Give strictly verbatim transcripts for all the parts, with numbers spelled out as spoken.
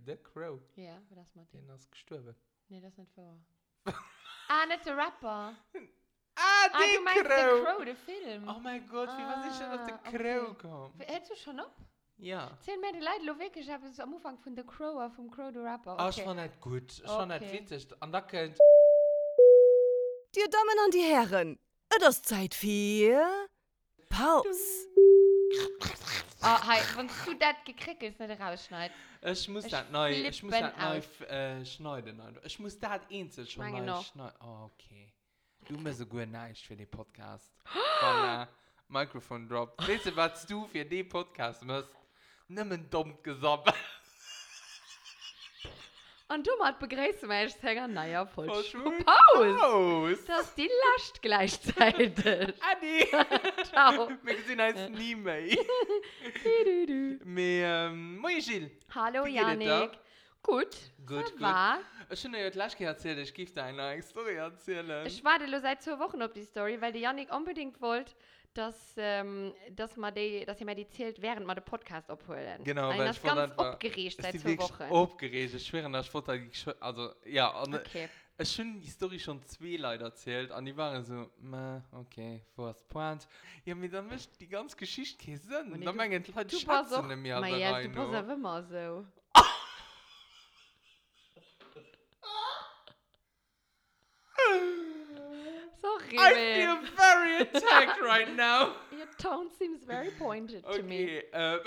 The Crow. Ja, das mal Den ist gestorben. Nee, das ist nicht wahr. Ah, nicht der Rapper. Ah, Ah, The du meinst Crow. The Crow, der Film. Oh mein Gott, wie war ich denn auf The Ah, Crow okay. gekommen? Hättest du schon ab? Ja. Zehn mir die Leute, lo wirklich, ich habe es am Anfang von The Crow, vom Crow, der Rapper. Okay. Ah, ich war nicht gut. Ich war nicht Okay. witzig. Und da könnt Die Damen und die Herren, es ist Zeit für Pause. Ah, hi, wenn du das gekriegt hast, nicht rausschneidest. Ich muss Ich das neu, ich muss flippen das neu aus. äh, schneiden. Ich muss das einzeln schon Meine neu noch. schneiden. Oh, okay. Du bist so gut nice für den Podcast. Voilà. Mikrofon drop. Weißt du, was du für den Podcast musst? Nimm einen dumm gesammelt. Und du mal begrüßt mich, Sänger, naja, voll Voll schön. schön. Pause. Pause. Das ist die Last gleichzeitig. Adi. Ciao. Wir sehen uns nie mehr. Du, du, du. Mais, ähm, moi Gilles. Hallo, Wie geht es Janik. Gut. Gut, ça gut. va. Ich habe dir gleich erzählt, ich gebe dir eine Story erzählen. Ich warte nur seit zwei Wochen auf die Story, weil der Janik unbedingt wollte, dass, ähm, dass, man die, dass ihr mir die zählt, während wir den Podcast abholen. Genau, weil weil das ich wollte ganz einfach- aufgeregt seit Ich zwei bin wirklich Wochen. aufgeregt. Ich schwöre, ich wollte eigentlich schon- also, ja, und Okay. ich habe die Story schon zwei Leute erzählt und die waren so, meh, okay, first point. Ja, mir dann mischt die ganze Geschichte keinen Sinn. Und Da du- meinen die Leute Du passt auch, schätzen nicht mehr Ma da ja, rein. du passt no. auch immer so. Sorry, I man. feel very attacked right now. Your tone seems very pointed to me. Okay, ähm.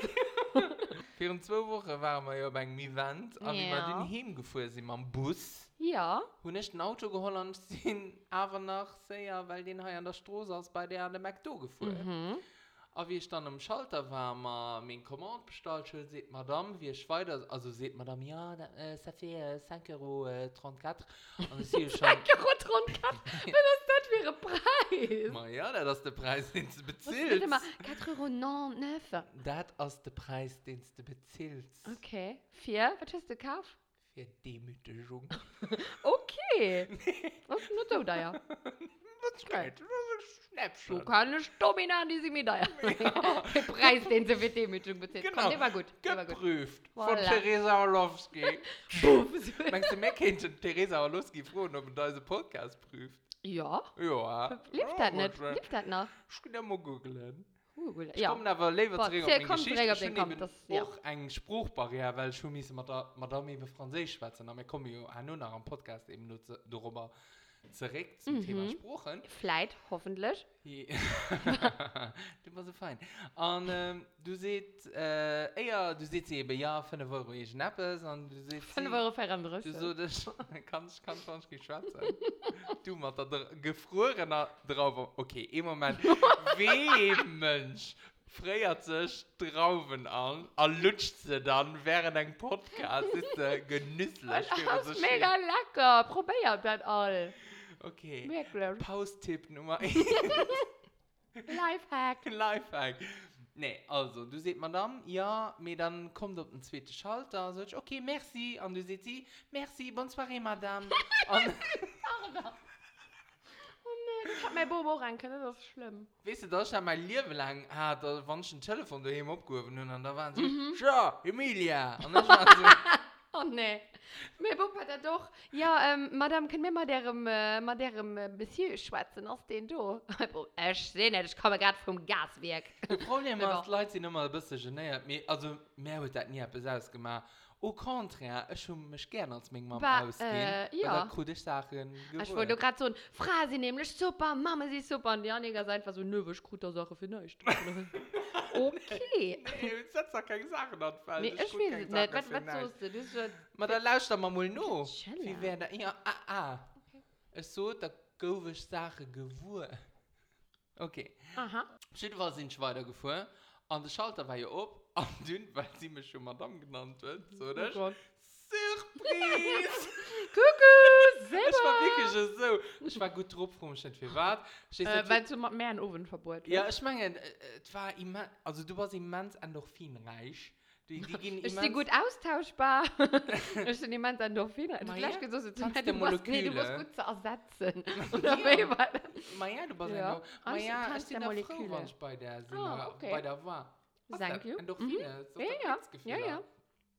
Für zwei Wochen waren wir ja beim Event und wir Ja. sind heimgefahren, sind wir am Bus. Ja. Und ich ein Auto geholt und sind aber noch sehr, weil den hier an der Straße ist, bei der an der McDo gefahren. Mhm. Aber wie ich dann am Schalter war, mal mein Command bestellt, schon sieht Madame, wie ich weiter, also sieht Madame, ja, da, äh, ça fait äh, cinq euros trente-quatre. Und ich sehe schon, Danke, Rotron, wenn das das wäre Preis. ma ja, das ist der Preis, den du Was bezahlst. bitte mal? vier Euro neunundneunzig. Das ist der Preis, den du bezahlst. Okay. Vier? Was hast du gekauft? Für Demütigung. Okay. Was ist nur so da, ja? Das geht, das ist Schnäppchen. Du kannst Dominan, die sie mir da, ja. Der Preis, den sie für Demütigung bezahlt. Genau. Komm, der war gut. Der war gut. Geprüft. Von Voilà. Theresa Orlowski. Buff. Meinst du, mehr kennt Theresa Orlowski fragen, ob er diesen Podcast prüft? Ja. Ja. Lebt Ja, das nicht? gut, Lebt das noch? Ich kann ja mal googeln. Google. Ich Ja. komme aber lieber Boah, zurück auf sehr meine kommt Geschichte. zurück auf Ich den habe Kampf, das- ja. auch eine Spruchbarriere, weil schon müssen mit der Madame eben Französisch schwätzen. Aber wir kommen ja auch nur nach einem Podcast eben nur zu, darüber zurück zum Mhm. Thema Sprachen. Vielleicht, hoffentlich. Ja. Du warst so fein. Und ähm, du siehst, äh, ja, du siehst eben, ja, fünf Euro ist Schnappes und du siehst... fünf Euro verändern. Du so, das kann ich kann sonst nicht schwätzen. Du mit der dr- gefrorener drauf. Okay, im Moment. Wem Mensch freiert sich Trauben an und lutscht sie dann während ein Podcast? Ist äh, genüsslich. Das ist mega lecker. Probier das all. Okay. Wirklich. Pause-Tipp Nummer eins. Lifehack. Lifehack. Nee, also, du siehst, Madame, ja, mir dann kommt auf den zweiten Schalter, so ich, okay, merci, und du siehst sie, merci, bonne soirée, Madame. Und, Ich hab mein Bobo rein können, das ist schlimm. weißt du, da ist ja mein Leben lang, hat da war ich ein Telefon daheim abgehoben und dann waren sie, ja, Emilia. Und dann waren sie, Oh nee. Mein Bobo hat er doch. Ja, ähm, Madame, können wir mal derem, äh, mal derem äh, Monsieur schwätzen, aus den du? Ich sehe nicht, ich komme gerade vom Gaswerk. das Problem Ja. ist, die Leute sind immer ein bisschen geniert, mir- also, mir wird das nie etwas ausgemacht. Au contraire, ich würde mich gerne als meine Mama Ba- ausgehen, äh, weil ja. da konnte ich Sachen Ich gewohnt. wollte gerade so ein Phrase nämlich super, Mama, sie ist super. Und die Annika ist einfach so, nö, ich gute Sache für nichts. Okay. Nee, setz doch keine Sachen an, weil Nee, ich ich gut weiß keine es nicht. Sachen Was, für was nichts. suchst du? Das ist schon... Aber dann lauscht doch mal mal noch. Schiller. Wie wäre das? Ja, ah, ah. Es so, da gove ich Sachen gewohnt. Okay. Aha. Jedenfalls sind ich weitergefahren. Und der Schalter war ja ab. Und dünn, weil sie mich schon Madame genannt wird. So, das Oh Gott. Surprise! Kuckuck, Ich war selber. wirklich so. Ich war gut drauf, warum ich nicht viel wart. Ich weiß Äh, nicht, weil du mal mehr in den Ofen verboten ja, ich meine, äh, es war immens, also du warst immens endorphinreich. Die, die gehen Ist immens... sie gut austauschbar? Ist sie niemand Endorphine? Ma Vielleicht ja, gesagt, so, kannst du du musst, nee, du musst Moleküle. gut zu ersetzen. Oder wie war das? Ma ja, du bist Ja. ja. Ma Kannst- ja, ich kannst bin der da froh, Moleküle. wenn ich bei der, sind, Ah, äh, okay. bei der war. Was Thank das? you. Endorphine, so Ja, ja. Glücksgefühle. Ja, ja.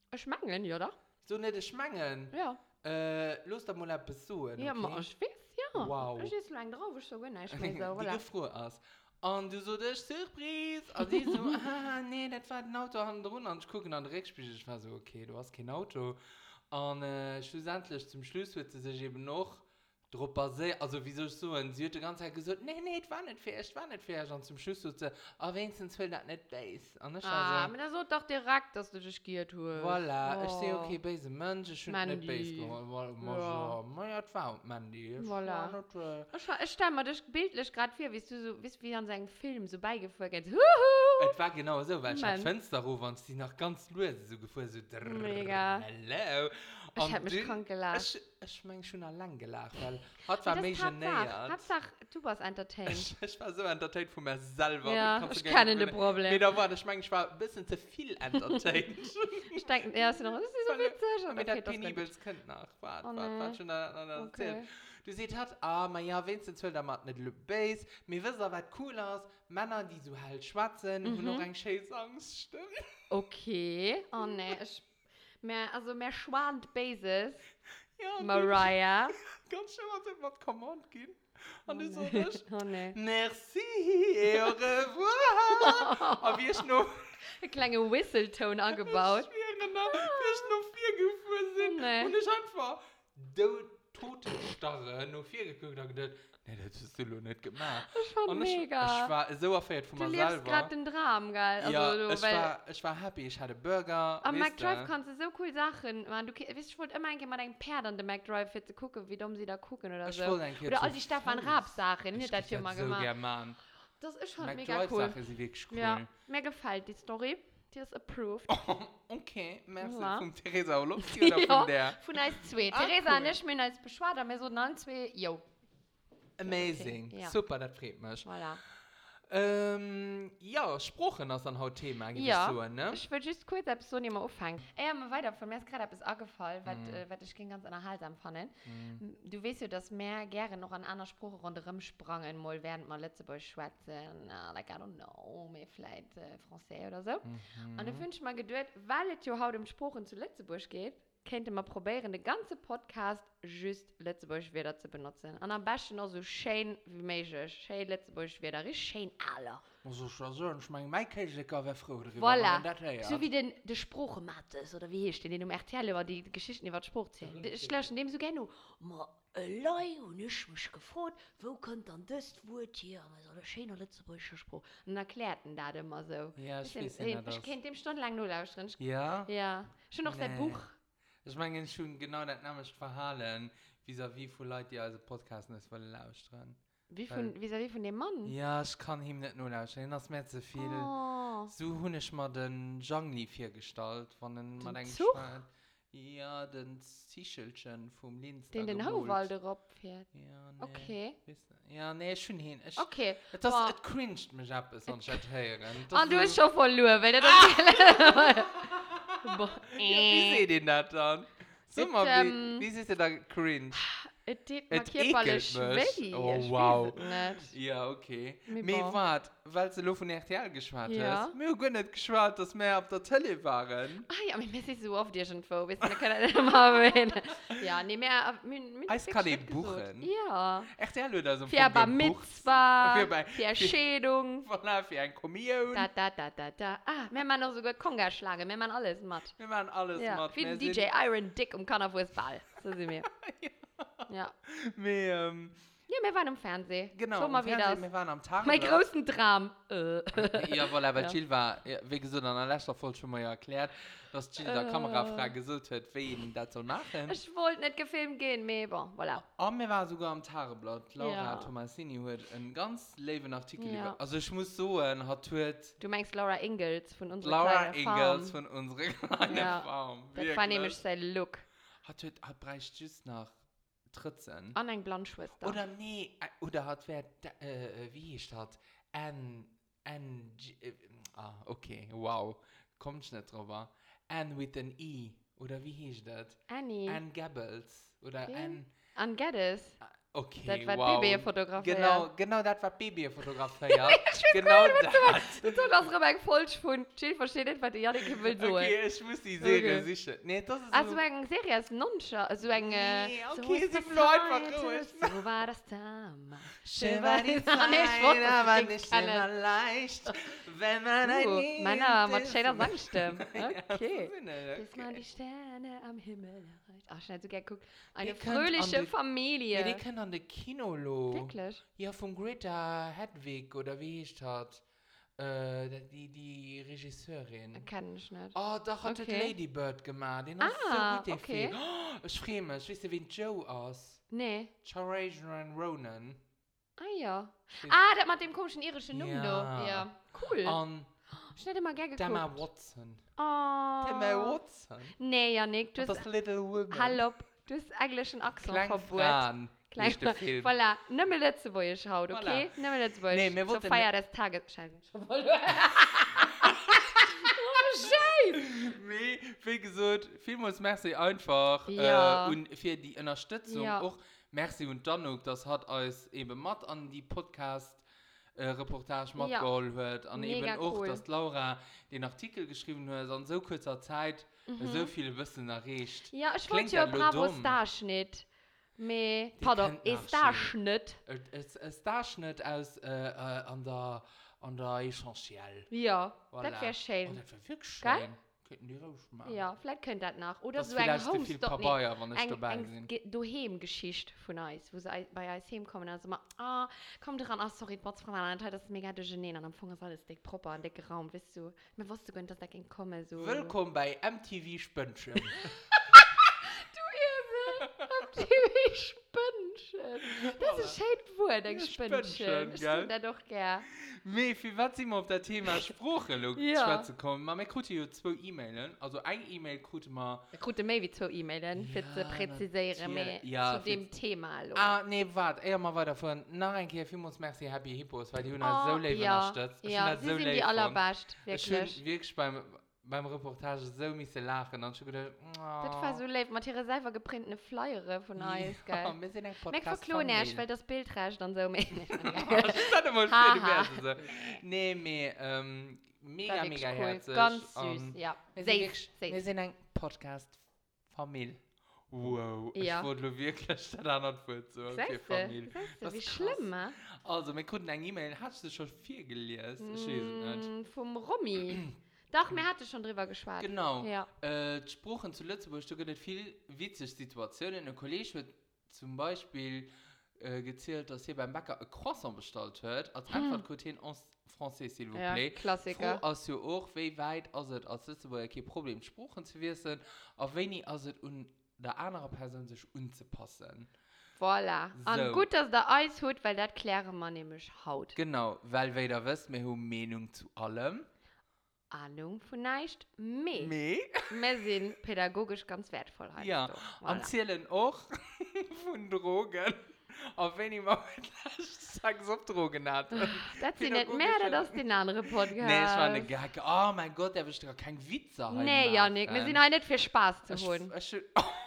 Schmangeln, ja, oder? So nicht schmangeln. Ja. Äh, los da mal ein besuchen. Ja, okay? aber ich weiß, ja. Wow. Ich ist lang drauf, ich so gut, ich Die weiß so, voilà. gefroren aus. Und du so, das ist Surprise. Und die so, ah, nee, das war ein Auto an der Runde. Und ich gucke an den Rückspiegel. Ich war so, okay, du hast kein Auto. Und äh, schlussendlich zum Schluss wird sie sich eben noch drauf basiert. Also, wie soll ich so? Und sie hat die ganze Zeit gesagt, nee, nee, das war nicht fair, das war nicht fair. Und zum Schluss hat sie, aber wenigstens will das nicht base. Und ich war Ah, so, aber das ist doch direkt, dass du dich giert hast. voilà. Ich sehe, Oh. okay, base Mensch, ich will Mandy. nicht base gehen. Weil, weil, Ja. ja, ja, das war Mandy. Ich Voilà. war nicht, äh, Ich, war- ich stelle mir das bildlich gerade vor, wie du so, wie an seinem Film so beigefügt hast. Huhu! Es war genau so, weil ich Mann. hatte Fenster hoch und sie noch ganz los so gefühlt, so drrrr, Mega. Hello. Ich Und hab mich du- krank gelacht. Ich, ich meine schon noch lang gelacht, weil hat war Das mega Hauptsache, näher. Hauptsache, du warst entertained. Ich, ich war so entertained von mir selber. Ja, kannst du ich gar kenne nicht das gewinnen. Problem. Nee, da war, ich meine, ich war ein bisschen zu viel entertained. Ich denke, ja, ist noch, das ist so Weil- witzig. Und mit Okay, der das ist Penibels Kind nach. Warte, Oh, warte, nee. warte, schon da, da, da Okay. erzählt. Du siehst halt, ah, ma ja, wenigstens will der Mann nicht Le Bass. Mir wissen was cool aus. Männer, die so halt schwatzen, mhm. und noch ein schönes Angststimme. Okay. Oh, nee. Ich, mehr, also mehr schwant Bases. Ja, und Mariah. du- ganz schön, was immer Command gehen. Und du so, nee. das. Oh, nee. Merci, et au revoir. Aber wir sind noch. Ein kleiner Whistle-Ton angebaut. Wir sind noch vier gefahren sind. Nee. Und ich einfach. Du Totenstarre, nur vier geguckt und gedacht, nee, das hast du noch nicht gemacht. Das war Und ich, mega. ich war so erfährt von Du mir lebst selber. gerade den Dram, geil. Also, ja, du, ich, weil, war, ich war happy, ich hatte Burger. am weißt McDrive du? kannst du so cool Sachen machen. Du, ke- weißt, ich wollte immer eigentlich mal dein Pferd an den McDrive für zu gucken, wie dumm sie da gucken oder Ich so. wollte eigentlich Oder all zu die Stefan Fuß. Raab Sachen, Ich nicht das hier krieg mal so gemacht. gern, Mann. Das ist schon mega McDrive-Sachen cool. sind wirklich cool. Ja, mir gefällt die Story. Die ist approved. Oh, okay, merci. Voilà. Von Theresa Olofsky oder von der? von uns zwei. Ah, Theresa cool. nicht, mir als beschwert, aber so dann zwei, jo. Amazing. Okay, ja. Super, das freut mich. Voilà. Ähm, ja, Sprachen ist ein Hauptthema. eigentlich Ja, so, ne? ich will just kurz etwas so nicht mehr aufhängen. Ja, mal weiter, von mir ist gerade etwas angefallen, was, Mhm. äh, was ich ging ganz unterhaltsam fand. Mhm. Du weißt ja, dass wir gerne noch an einer Sprache rundherum sprangen, mal während wir letzte Woche schwätzen, uh, like, I don't know, mehr vielleicht äh, Français oder so. Mhm. Und ich wünsche mal Geduld, weil es ja heute um Sprachen zu Letzteburg geht, könnte man probieren, den ganzen Podcast just Letzteburg wieder zu benutzen. Und am besten auch so schön wie möglich. Schön Letzteburg wieder, richtig schön alle. Muss ich schon sagen, ich meine, mein Käsecker wäre froh darüber. Voilà. wenn er das hört. So wie den, der Spruch Mattes oder wie heißt den, den um R T L über die Geschichten über den Spruch zählen. Ich lösche dem so gerne. Ma, allein und ich mich gefragt, wo kommt dann das Wort hier? Also der schöne Letzteburgische Spruch. Und dann erklärt ihn das immer so. Ja, ich Ich, weiß ich, nicht, ich das. kenne dem stundenlang nur lauschen. Ja? Ja. Schon noch sein Nee. Buch. Ich meine schon genau das nämlich verhalten, vis-à-vis von Leuten, die also Podcasten ist, wollen lauschen. Wie von, vis-à-vis von dem Mann? Ja, ich kann ihm nicht nur lauschen, das ist mir zu viel. Oh. So habe ich mal den Jangli vorgestellt, von den man eigentlich Zug? schwört. Ja, den Zischelchen vom Linz. Den da den geholt. Hauwalder abfährt. Ja, nee. Okay. Weißt du? Ja, nee, schon hin. Ich, Okay. Das Boah. es cringed mich ab, es sonst nicht hören. Ah, Das du ist- bist schon voll nur, weil der dann. Boah. Ja, wie seht ihr das dann? Sag Mit, mal, ähm, wie, wie siehst du da cringe? Es tut Es mir körperlich ekelt mich. schwer. Oh, Ich wow. weiß es nicht. Ja, okay. Mir Mir bon. wart, weil du von R T L geschwart Ja. hast. Mir gar nicht geschwart, dass wir auf der Tele waren. Ah ja, mir ist so oft irgendwo. Weißt du, da kann ich nicht mal erwähnen. Ja, nicht mehr. Eis kann ich buchen. Ja. R T L oder so. Für Bar Mitzvah, Für bei- für Schädung. Voilà, für ein Kommunion. Da, da, da, da, da. Ah, wir machen noch sogar Konga schlagen. Wir machen alles matt. Wir machen alles Ja, matt. wie Wir ein D sind- J Iron Dick um Kannerfußball. So sind wir. Ja. Wir, ähm, Ja, wir waren im Fernsehen. genau, So im mal wieder. Fernsehen, wir waren am Tag. Mein großen Dram. Äh. Ja, voilà, weil Ja. Jill war, ja, wie gesagt, an der letzten Folge schon mal erklärt, dass Jill der Äh. Kamerafrau gesagt hat, wie ihn das so machen. Ich wollte nicht gefilmt gehen, aber bon, voilà. Und wir waren sogar am Tageblatt. Laura Ja. Tomasini hat einen ganz lebenden Artikel Ja. über. Also ich muss sagen, hat hat Du meinst Laura Ingalls von unserer Laura kleinen Farm. Ingalls von unserer kleinen Ja, Farm. Das war wirklich. nämlich sein Look. Hat hat, hat bereits just nach dreizehn. An eine Blondschwester. Oder nee, äh, oder hat wer, da- äh, äh, wie ist das? Anne, Anne, G- äh, ah, okay, wow. Kommt nicht drüber. Anne with an E. Oder wie hieß das? Annie. Anne Gabbels. Oder Okay. Anne. An Geddes. Okay, Das war wow. Baby fotografiert. Genau, genau, das war Baby fotografiert. Genau das. Du tust das Rebecca falsch von. Jill versteht nicht, was die Janik will so. Okay, ich muss die Serie Okay. sicher. Nee, das ist Also so... eine Serie ist Noncha, also eine... Nee, so okay, ist sie das bleibt einfach heute, ruhig. So war das damals. Schön war die Nee, ich Zeit, wusste es aber nicht nicht kennen. immer leicht, wenn man ein Uh, Lied Männer mit ist. schöner Sangstimme. Okay. Ja, Bis man die Sterne am Himmel erreicht. Ach, schnell so gerne guckt. Eine Ihr könnt an fröhliche die- Familie. Ja, die können an der Kinolo. Wirklich? Ja, von Greta Hedwig oder wie ich das. Äh, die, die Regisseurin. Kann ich nicht. Oh, da hat Okay. okay. Lady Bird gemacht. Den Ah, hast so gut okay. gefällt. Oh, ich freue mich. Weißt du, wie Joe aus? Nee. Charasian Ronan. Ah ja. Ich- Ah, das mit dem komischen irischen Namen Ja. da. Ja. Cool. Und Ich hätte mal gerne geguckt. Emma Watson. Oh. Emma Watson. Nee, Janik, du Und das hast... Little Woman. Hallo, du hast eigentlich einen Akzent Klein verboten. Fran. Klein Ist der Film. Voilà, nimm mir letzte Woche schaut, okay? Voilà. Nimm mir letzte Woche. Nee, wir Zur wollten- Feier des Tages. Scheiße. Nee, wie gesagt, vielmals merci einfach. Ja. Äh, und für die Unterstützung Ja. auch. Merci und dann noch, das hat uns eben matt an die Podcast. Äh, Reportage Ja. mitgeholt hat und Mega eben auch, cool. dass Laura den Artikel geschrieben hat, in so kurzer Zeit Mhm. so viel Wissen erreicht. Ja, ich Klingt wollte ja ja nur Bravo dumm. Starschnitt. Me, Die pardon, kennt ist nach Starschnitt. Es ist da nicht aus äh, äh, an der an der Essentiel. Ja, Voilà. das wäre Oh, schön. das wäre wirklich Gell? schön. Könnten die rausmachen. Ja, vielleicht könnt ihr das nach. Oder Das ist so ein vielleicht zu viel Homestock. Papaya, wenn ich Ein, dabei ein bin. Daheim-Geschichte von uns, wo sie ei- bei uns heimkommen. Also mal, ah, komm dran, ah, sorry, Bots von meiner Teil, das ist mega durcheinander. Und am Anfang ist alles dick proper, ein dicker Raum, weißt du. Mir wusste gar nicht, dass da kein kommen so. Willkommen bei M T V Spönchen. Du Irre, Spünnchen. Das ist schön Wort, ein Ja, Spünnchen. Spünnchen, Ich gell? tue das doch gern. Me, für was sind wir auf das Thema Sprache Ja. zu kommen? Man kriegt hier zwei E-Mailen. Also ein E-Mail kriegt man. Ich kriege mehr wie zwei E-Mailen, für Ja, zu präzisieren, mehr natürlich. Ja, zu dem für- Thema. Hallo. Ah, nee, warte, eher mal weiter von. Nach ein Kehr, vielmals merci Happy Hippos, weil die uns Oh, so lieb ja, unterstützt. Ich ja, find das sie so sind lieb die von- allerbest, Ich wirklich. bin wirklich beim, beim Reportage so müssen lachen. Und ich hab gedacht, oh. Das war so lieb, mit ihrer selber geprinteten Flyer von uns, Ja, gell? wir sind ein Mich Podcast. verklonen erst, weil das Bild reicht dann so mehr. Stell mal Haha. vor, du wärst so. Nee, mir, ähm, mega, Das ist mega wirklich cool. herzlich. Ganz süß, Und ja. Wir Safe, sind, wirklich, safe. wir sind ein Podcast-Familie. Wow, Ja. ich wollte wirklich das andere Wort so für Siehst du? Familie. Siehst du, Das wie ist krass. schlimm, ne? Also, wir konnten eine E-Mail, hast du schon viel gelesen? Ich weiß es nicht. Mm, vom Romy. Doch, mir hatte schon drüber geschwatzt. Genau. Ja. Äh, die Sprachen zu Lützburg, da gibt es viele witzige Situationen. Ein Kollege wird zum Beispiel äh, gezählt, dass hier beim Bäcker ein Croissant bestellt wird. Als Antwort kommt hin en français, s'il vous Ja, plaît. Klassiker. Froh, als ihr auch, wie weit ist es als Lützburg kein Problem, Sprachen zu wissen, auf wenig ist es, um der anderen Person sich anzupassen. Voilà. So. Und gut, dass der Eis hat, weil das klären wir nämlich haut. Genau, weil wir da wissen, wir haben Meinung zu allem. Ahnung von nicht mehr. Me? Wir sind pädagogisch ganz wertvoll. heißt Ja, doch. und zählen auch von Drogen. Auf wenn ich mal mit Lastsack auf Drogen hatte. Das sind nicht mehr, das ist den anderen Podcast. Nee, es war eine Gag. Oh mein Gott, der will doch kein Witz haben. Nee, Janik, wir sind auch nicht für Spaß zu Ich- holen. ich-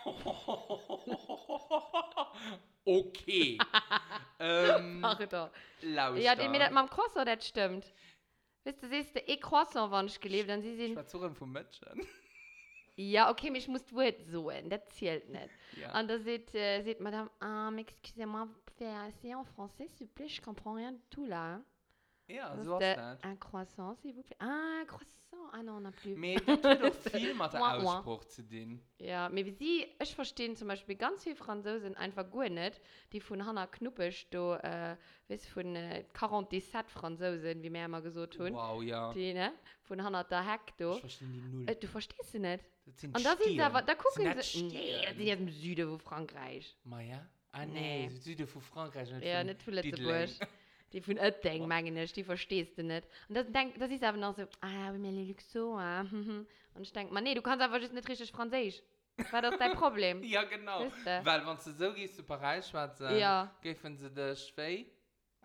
Okay. ähm, Ach, da. Lausch Ja, da. die mir das mit dem Croissant, das stimmt. Weißt du, siehst du, ich Croissant, wann ich gelebt und sie Ich sind... war zurück vom Mädchen. Ja, okay, mich muss Wort sagen, das zählt nicht. Ja. Und da sieht, äh, sieht Madame, ah, excusez-moi, faire essayer en français, s'il vous plaît, je comprends rien du tout là. Ja, Das so ist hast der- du un croissant, s'il vous plaît. Ah, un croissant. Ah non, on n'a plus. das. Aber das hat doch viel mit der Ouah, ouah. Ausspruch zu tun. Ja, aber wie sie, ich verstehe zum Beispiel ganz viele Franzosen einfach gut nicht, die von Hannah Knuppisch, da, äh, weißt du, von äh, siebenundvierzig Franzosen, wie wir immer gesagt haben, Wow, ja. die, ne, von Hannah da Heck, da. Ich verstehe die Null. Äh, du verstehst sie nicht. Das sind Und da sind sie Stieren. aber, da Das gucken sind sie, nicht nee, Stieren. die sind im Süden von Frankreich. Maja? Ah, Nee. nee. Süden von Frankreich. Nicht Ja, von nicht von Dietling. Lützeburg. Die von Oetting, meine ich, die verstehst du nicht. Und das, denk, das ist aber noch so, ah, aber mir liegt so, ah, hm, Und ich denke, man, nee, du kannst einfach just nicht richtig Französisch. War das dein Problem? Ja, genau. Weißt du? Weil, wenn du so gehst, zu Paris schwätzen, Ja. geben sie dir schwer.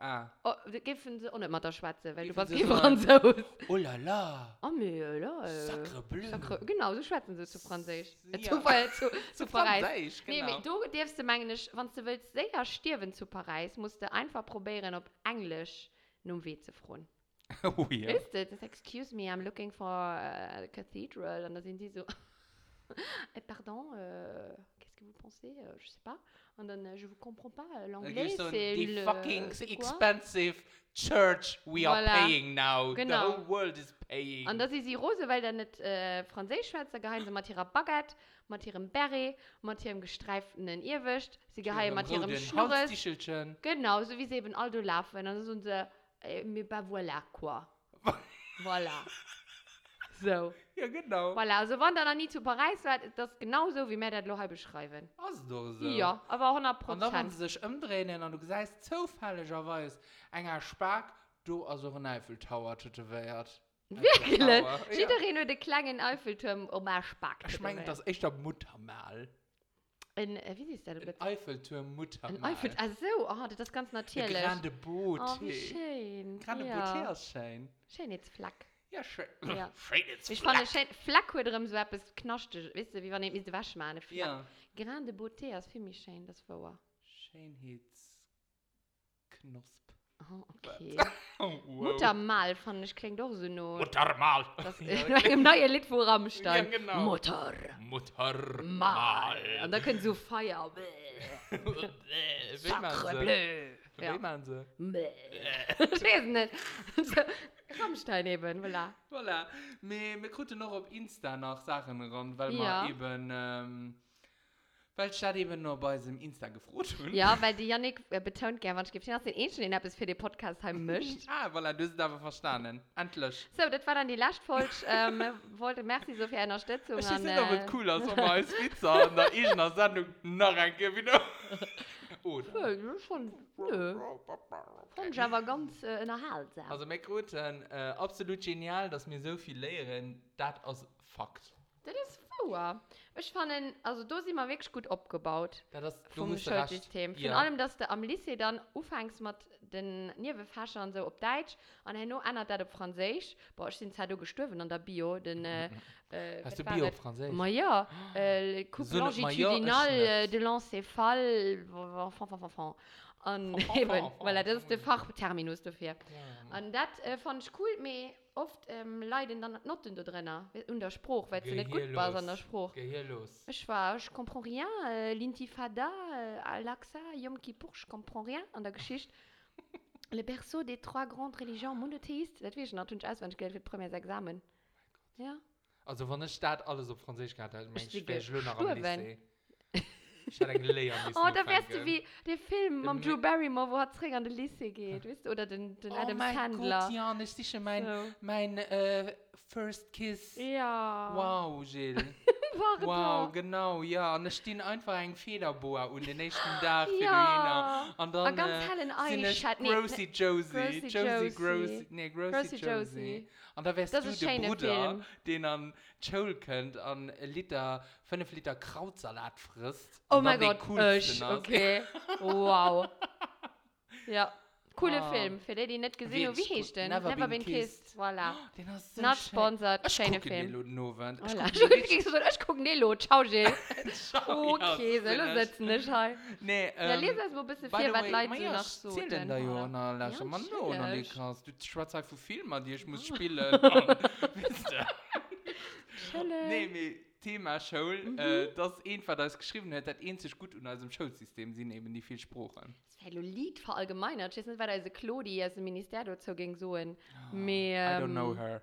Ah. Oh, da geben sie auch nicht mit der Schwätze, weil du Geben warst sie kein so ein- Franzose. Oh la la. Oh, mais là, äh, Sacre bleu. Sacre, genau, so schwätzen sie zu Französisch. Äh, Ja. zu, äh, zu, zu, Zu Paris. Französisch, Nee, genau. aber du darfst du manchmal, wenn du willst sehr stirben zu Paris, musst du einfach probieren, ob Englisch nun weh zu freuen. Oh ja. Weißt du, das excuse me, I'm looking for a cathedral. Und da sind die so, eh, pardon, euh, qu'est-ce que vous pensez? Euh, je sais pas. Und dann, euh, je vous comprends pas. euh, L'anglais, So c'est the le... fucking c'est quoi? expensive church we are Voilà. paying now. Genau. The whole world is paying. Und das ist die Rose, weil der nicht äh, Französisch schwätzt, gehen sie mit ihrer Baguette, mit ihrem Beret, mit ihrem gestreiften Irrwischt, sie gehen mit ihrem Schnurres. Halstichelchen. Genau, so wie sie eben Aldo laufen. Und dann sind sie, äh, mais bah voilà, quoi. Voilà. So. Ja, genau. Voilà, also wenn du noch nie zu Paris warst, ist das genauso, wie wir das noch beschreiben. Also doch so. Ja, aber hundert Und dann, wenn Prozent. sie sich umdrehen und du sagst, zufälligerweise, einer Spark, du also ein Eiffeltower tätowiert. Wirklich? Tower, Steht ja. doch nur der kleinen Eiffelturm um ein Spack. Ich meine, das ist echt ein Muttermal. Ein, äh, wie siehst du das Ein bitte? Eiffelturm Muttermal. Ein Eiffel, ach so, oh, das ist ganz Ein natürlich. grande Boot. Oh, wie schön. Grande ja. Boot ist schön. Schön jetzt Flack. Ja, schön. Ja. Schön jetzt Ich Flack. fand schön, Flack wird drin so etwas knaschte, weißt du, wie wenn ich mit der Wäsche meine. Flack. Ja. Grande Beauté ist für mich schön, das war. Schönheitsknosp. Oh, okay. Oh, wow. Muttermal fand ich klingt doch so nur. Muttermal. Das Ja, ist im neuen Lied vor am Stand. Ja, genau. Mutter. Muttermal. Mal. Und da können so Feier. Wie Sacre man sie? bleu. Wie Ja. man sie? Bäh. Ich weiß nicht. So, Rammstein eben, voilà. Voilà. Wir, wir gucken noch auf Insta nach Sachen ran, weil Ja. wir eben, ähm, weil ich das eben noch bei diesem Insta gefroht habe. Ja, weil die Janik äh, betont gerne, was gibt es den ähnlichen, den etwas für den Podcast haben möchte. Ah, voilà, du hast es aber verstanden. Endlich. So, das war dann die letzte Folge. ähm, wollte merci so für die Unterstützung. Ich an, finde es äh, aber cool, als ob wir als Pizza in der irgendeiner Sendung noch ein wieder. Oder? Ja, das ist schon, nö. Fand ich aber ganz äh, in der Halt. Also, wir gucken, äh, absolut genial, dass wir so viel lehren, das als Fakt. Das ist wahr. Ich fand, ihn- also da sind wir wirklich gut abgebaut. Das ist, du Vom musst recht. Schulsystem. Von Ja. allem, dass du am Lycée dann anfängst mit den Nebenfächern so auf Deutsch und dann noch einer, der auf Französisch. Boah, ich bin zwar da gestorben an der Bio. Den, äh, äh, Hast was du war Bio das? auf Französisch? Ma ja, äh, le couple So nicht Major, longitudinal ich äh, nicht. de l'encéphale. Enfin, enfin, enfin. Und eben, voilà, das ist der Fachterminus dafür. Und das äh, fand ich cool, aber oft ähm, leiden dann die Noten da drin, in der Spruch, weil sie nicht gut Geh war, los. an der Spruch. Geh hier los. Ich war, je comprends rien, euh, l'intifada, euh, Al-Aqsa, Yom Kippour, je comprends rien an der Geschichte. Le berceau des trois grandes religions monothéistes, das weiß ich natürlich auswendig gelernt für das premiere Examen. Ja. Also, wenn ich das alles auf Französisch gehabt hätte, Ich ich bin wäre schon noch am gestorben. Lycée. Ich hätte eine Lehre müssen Oh, da wärst du aufhängen. wie der Film Ähm, mit Drew Barrymore, wo er zurück an den Lycée geht, weißt du? Oder den, den Oh Adam mein Sandler. Gott, Jan, ist sicher mein, So. mein äh, First Kiss. Ja. Wow, Jill. War Wow, da. genau, ja. Und es stehen einfach ein Federboa und den nächsten Tag für Ja. Lena. Und dann Ein ganz äh, hellen sind es Eyeshadow. Nee, Grossy Josie. Grossy Josie, Josie. Grossy. Nee, Grossy, Grossy Josie. Josie. Und da wärst Das du ist der ein schöner Bruder, Film. den an Schule könnt, an Liter, fünf Liter Krautsalat frisst. Oh und mein dann den Gott, coolsten ich, hast. okay. Wow. Ja, cooler Ah. Film. Für die, die nicht gesehen haben, wie Wirklich heißt gut. denn? Never Never Been Been Kissed. Kissed. Voilà. Den hast du Not schön- sponsored, Ich schöner gucke Film. den Novent. Ich Voilà. gucke Ich den gucke richtig- so, ich gucke Nelo. Ciao, Jill. Schau, ja, Okay, so, bin los ich. sitzen nicht. Hi. Nee, Ja, ähm, lese es mal ein bisschen by viel, the was way, Leute ma so ja, nach ich so. zähl denn da ja, na, lass Ja, mal no, na, natürlich. Likas. Du schwarz halt für Filme, die ich muss spielen. Wisst ihr? Chille. Nee, mir Thema Schule, Mhm. äh, das einfach das geschrieben hat, das ähnlich gut in unserem Schulsystem sind eben die viel Sprachen. Das wäre ein Lied verallgemeinert. Ich weiß nicht, weil diese Claudi aus dem Ministerium so ging so in. Oh, Mehr, I don't know ähm, her.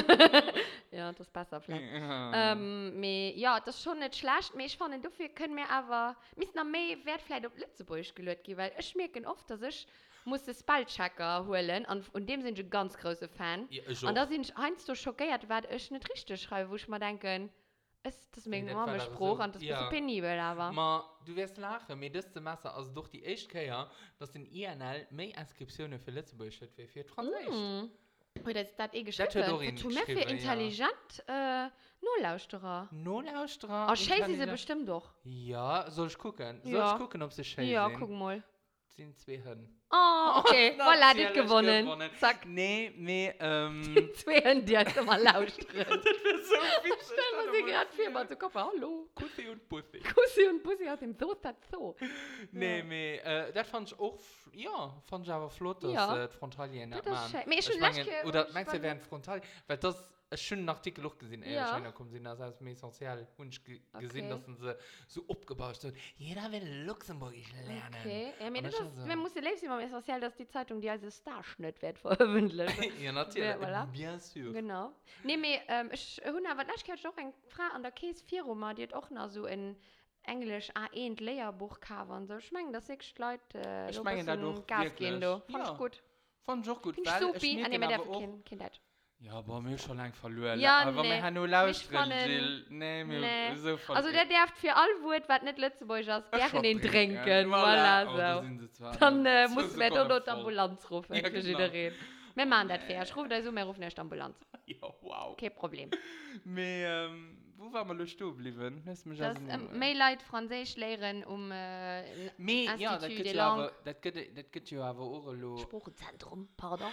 Ja, das ist besser vielleicht. Ja. Ähm, me, ja, das ist schon nicht schlecht. Aber ich fand, dafür können wir aber müssen noch mehr Wert vielleicht auf Lützeburg gelöst geben, weil ich merke oft, dass ich muss den Spellchecker holen und von dem sind ich ein ganz großer Fan. Ja, ich Und auch. da sind ich eins so schockiert, weil ich nicht richtig schreibe, wo ich mir denke, ist das mein Nee, das war Mama-Spruch so- und das ist ja. ein bisschen penibel, aber. Ma, du wirst lachen, mir das Semester, also durch die erste Kehr, dass den I N L mehr Inskriptionen für Lützeburg hat, wie für Französisch. Mm. Oder ist das eh hat geschrieben? Dorin Tu mehr für geschrieben, ja. intelligent, äh, nur Lauscherer. Null Ausstrahlung. Oh, scheiße, sie bestimmt doch. Ja, soll ich gucken? Soll Ja. ich gucken, ob sie schön Ja, sind? guck mal. sind zwei Hünden. Oh, okay. Voilà, das Natürlich gewonnen. gewonnen. Zack. Nee, nee, ähm... Zwei Hände, die jetzt mal lauscht drin. Das wäre so witzig. Stell mir sie gerade viermal zu Kopf. Hallo. Kussi und Pussy. Kussi und Pussy aus dem So ist das so. Nee, Ja. nee, äh, das fand ich auch, f- ja, fand ich aber flott, dass Ja. äh, die Frontalien Das das ist machen. schön. Mir ist Ich schon meine, Laschke oder und meinst du, Spanien. wären Frontalien? Weil das ist schon einen Artikel auch gesehen, Ja. ehrlich, da kommen sie nach, das ist mir essentiell. Und ich ge gesehen, Okay. dass sie so abgebaut sind. Jeder will Luxemburgisch lernen. Okay. Ja, mir Und das das ist, ist so. man muss ja lesen, immer essentiell, dass die Zeitung die als Starschnitt wird veröffentlicht. Ja, natürlich, Ja, voilà. bien sûr. Genau. Nee, mir, ähm, ich habe aber nicht auch eine Frau an der Case vier Roma, die hat auch noch so ein Englisch A eins Lehrbuch gehabt und so. Ich meine, dass ich Leute äh, Ich so ein meine, bisschen dadurch Gas wirklich. gehen, du. Fand Ja. ich gut. Fand ich auch gut, Finde ich weil supi. ich Ah, nee, merke mir aber darf auch... kein Kind hat. Ja, aber mir schon lange verloren. Ja, aber nee. wir haben nur Mich lauscht, von den- Jill. Nee, mir Nee. so von... Also der darf für all Wut, was nicht Lützeburg ist, gerne Shot den trinken. trinken. Voilà. Oh, da Voilà, sind so. sie zwar Dann noch äh, so muss man super dort die voll. Ambulanz rufen. Ja, für genau. jedereen. Wir machen das fair. Ich rufe da so, wir rufen nicht die Ambulanz. Ja, wow. Kein Problem. Aber, ähm, wo waren wir noch stehen geblieben? Lass mich Das also ähm, nur- Mail-Leute Französisch lehren um äh, ein Me, ja, das Institut geht de ja Langue. aber, das geht, das geht ja aber auch lo, Sprachzentrum, pardon.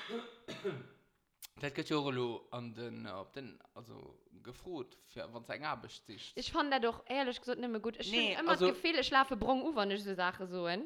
das geht ja auch lo an den, auf den, also, gefroht, für, wenn es ein Arbeit ist. Ich fand das doch ehrlich gesagt nicht mehr gut. Ich Nee, nee, immer also- das Gefühl, ich schlafe brung auf, wenn ich so Sachen so. Aber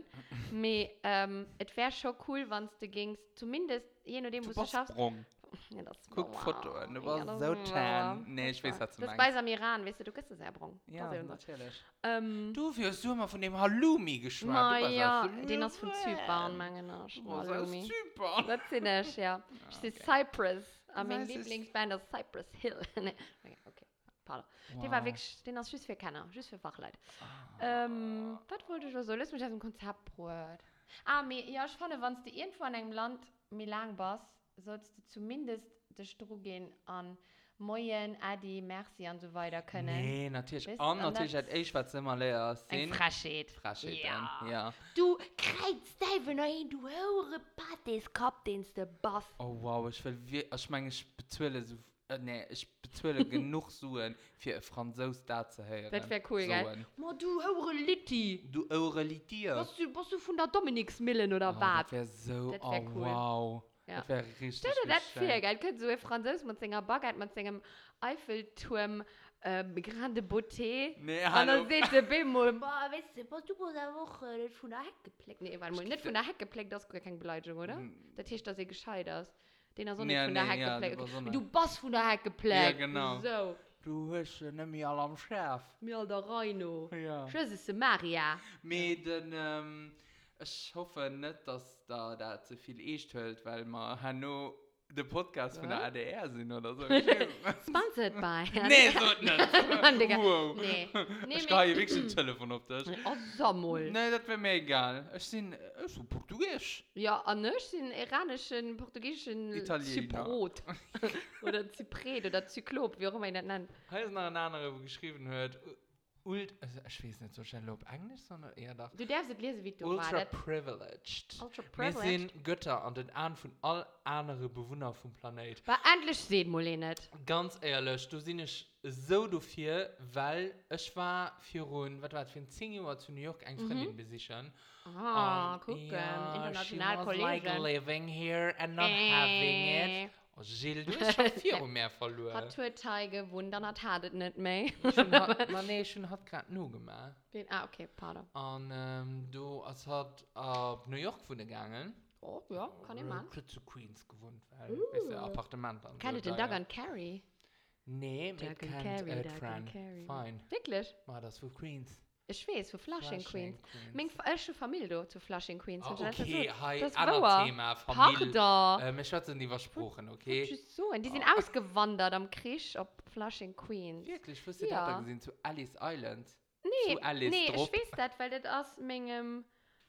ähm, es wäre schon cool, wenn es dir ging, zumindest je nachdem, Du was du warst schaffst. Sprung. Ja, das Guck wow. Foto, du warst das so war- tan. Nee, ich das weiß, war- was du Das ist meinst. bei am Iran, weißt du, du kriegst es ja brung. Ja, Das ist ja natürlich. ähm, Du wirst du immer von dem Halloumi geschwärmt. na Du warst ja, so, den hast von Zypern, meine Du ich. warst aus Zypern. Das sind ich, ja. Ich Ah, sehe okay. Cypress. Ah, Mein heißt es? Lieblingsband ist Cypress Hill. Nee, okay, okay. Pardon. Die war wirklich, den hast du für Kenner, just für Fachleute. Ah. Ähm, was wollte ich so? Lass mich aus dem Konzept brot. Ah, mir, ja, ich fand, wenn du irgendwo in einem Land mir lang bist, sollst du zumindest den Stroh gehen an Moyen, Adi, Merci und so weiter können. Nee, natürlich. Weißt, Und und natürlich das- hat ich, was immer leer ist. Ein Fraschet. Fraschet. Ja. Ja. Du kreist Steven ein, du höre Partys, Kapitänste Bass. Oh wow, ich will wir ich meine ich bezweile so äh, nee, ich bezweile genug suchen für ein Franzos da zu hören. Das wäre cool, So gell? ein- Ma, du höre Litti. Du Eurelitier. Was du, was du von der Dominiksmillen oder Oh, was? das wäre so Das wär oh, cool. wow. Ja. Das wäre richtig. Stell dir das richtig vor, schön. gell? Könnt so ein Französ mit seiner Baguette, mit seinem Eiffelturm, ähm, Grande Beauté. Nee, Und hallo. dann seht ihr Bemol, boah, weißt du, was du musst eine Woche nicht von der Hecke gepflegt. Nee, warte mal, nicht von der Hecke gepflegt, das ist gar keine Beleidigung, oder? Hm. Das heißt, dass ihr gescheit ist. Den hast du Nee, nicht von der nee, Hecke ja, gepflegt. das war so Du nicht. bist von der Hecke gepflegt. Ja, genau. So, Du hast ja nicht mehr alle am Chef. mir der Reino. Ja. Das ist Maria. Mit den, ähm, ich hoffe nicht, dass da, da zu viel echt hält, weil wir haben nur den Podcast von der Ja? A D R sind oder so. Sponsored by. Nee, so nicht. Mann, Digga. Wow. Nee. Nee, Ich mir- gehe hier wirklich ein Telefon auf dich. Oh, Sammel. Nee, das wäre mir egal. Ich bin äh, so portugiesisch. Ja, an ich den iranischen, portugiesischen Italiener. Zyprot. Oder Zypret oder Zyklop, wie auch immer ich das nennt. Hier ist noch ein anderer, wo geschrieben wird. Ult, also ich weiß nicht so schnell, ob Englisch, sondern eher doch. Du darfst es lesen, wie du Ultra warst. privileged. Ultra Wir privileged. sind Götter an den Ahnen von all anderen Bewohnern vom Planet. War endlich sehen, Molly nicht. Ganz ehrlich, du siehst nicht so dafür, weil ich war für rund, was war das, für ein zehn Jahre zu New York eine Freundin Mhm. besichern. Ah, Und gucken. ja, International she was like Kollegen. living here and not having it. Oh, Gilles, du hast schon vier Jahre mehr verloren. Hat Tourteil gewundert, hat hat es nicht mehr. Schon hat, man, nee, schon hat gerade nur gemacht. Bin- ah, okay, pardon. Und ähm, du, es hat auf New York von gegangen. Oh, ja, kann ich machen. Ich zu Queens gewohnt, weil, uh. weißt du, Appartement. und Kann so ich den da, Doug ja. and Carrie? Nee, mit Doug and kennt Carrie, äh, Doug and Fran. Carrie. Fine. Wirklich? War das für Queens? Ich weiß, für Flushing Queens. Meine Queens. falsche Familie da zu Flushing Queens. Ah, Und das ist okay, so- hi, das anderes war- Thema, Familie. Pardon. Ähm, ich hatte nie versprochen, Okay. okay? So, und die sind Ah. ausgewandert am Krieg auf Flushing Queens. Wirklich, wirst du Ja. da gesehen zu Alice Island? Nee, Zu Alice nee drauf. ich weiß das, weil das aus meinem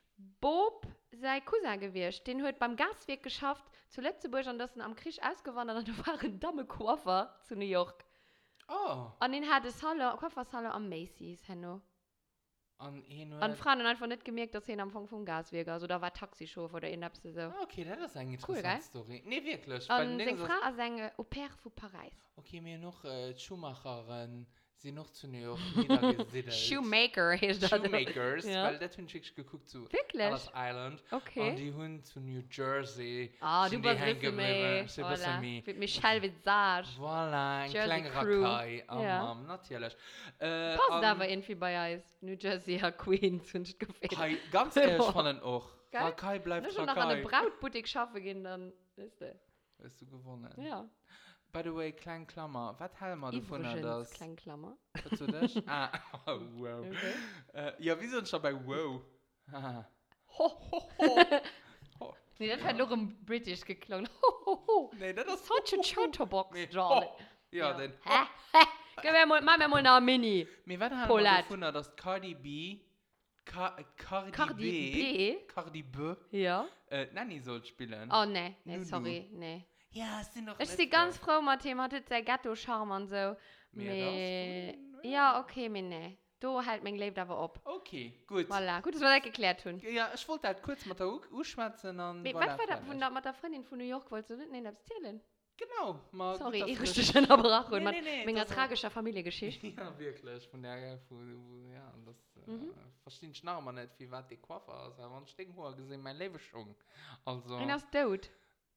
Bob sein Cousin gewesen. Den hat beim Gaswerk geschafft, zu Lützeburg und das sind am Krieg ausgewandert und da waren dumme Koffer zu New York. Oh. Und den hat es Halle, Koffershalle am Macy's, Henno. Und ihn nur... Und Frauen haben einfach nicht gemerkt, dass sie am Anfang vom Gaswerk, also da war Taxichauffeur oder irgendwas so. Ah, okay, das ist eine Cool, interessante gell? Story. Nee, wirklich. weil Und Ding seine ist- Frau ist eine Au pair von Paris. Okay, mir noch äh, die Schuhmacherin, sie noch zu New York niedergesiedelt. Shoemaker ist das. Shoemakers, Ja. weil das habe ich geguckt zu Wirklich? Ellis Island. Okay. Und die Hund zu New Jersey. Ah, sind du die bist ein hängen bisschen geblieben. mehr. Ich bin ein bisschen mehr. Mit Michelle Visage. Voilà, ein Jersey kleiner Crew. Rakai. Oh, Ja. Mom, natürlich. Äh, Passt um, aber irgendwie bei uns. New Jersey, ja, Queens und gefällt. Hey, ganz ehrlich, ich fand auch. Geil. Rakai bleibt Wenn ich noch an eine Rakai. Brautboutique schaffen gehen, dann ist der. Hast du gewonnen. Ja. By the way, kleine Klammer. Was hält man davon, Übrigens, dass... Kleinklammer. Was du das? Ah, oh, wow. Okay. Äh, ja, wir sind schon bei wow. Haha. Ho, ho, ho. ho. Nee, das hat nur im British geklungen. Ho, ho, ho. Nee, das ist... Such a Chatterbox, Nee, John. ho. Ja, den... Hä? Hä? Gehen wir mal, machen wir mal eine Mini. Mir was hält man Paulette. davon, dass Cardi B... Ka Cardi, Cardi B... B? Cardi B... Ja. Äh, Nanny soll spielen. Oh, nee. Nee, Nunu. sorry. Nee. Ja, es sind noch Ich nicht bin ganz so. froh, Martin hat sein Gatto-Charme und so. Mir Me- das von- Ja, okay, mir nee. Du hält mein Leben aber ab. Okay, gut. Voilà. Gut, dass wir das geklärt haben. Ja, ich wollte halt kurz mit der U- ausschwätzen und... Me- voilà, Was war das fertig. von der, mit der Freundin von New York? Wolltest du nicht nee, erzählen? Genau. Mal Sorry, gut, ich dass richtig du schön aber auch Nee, mit nee, nee, meiner das war- tragischer Familiengeschichte. Ja, wirklich. Von der, von, ja, das Mhm. äh, verstehe ich noch mal nicht, wie weit die Koffer ist. Aber ich denke, ich gesehen, mein Leben schon. Also. Einer ist tot.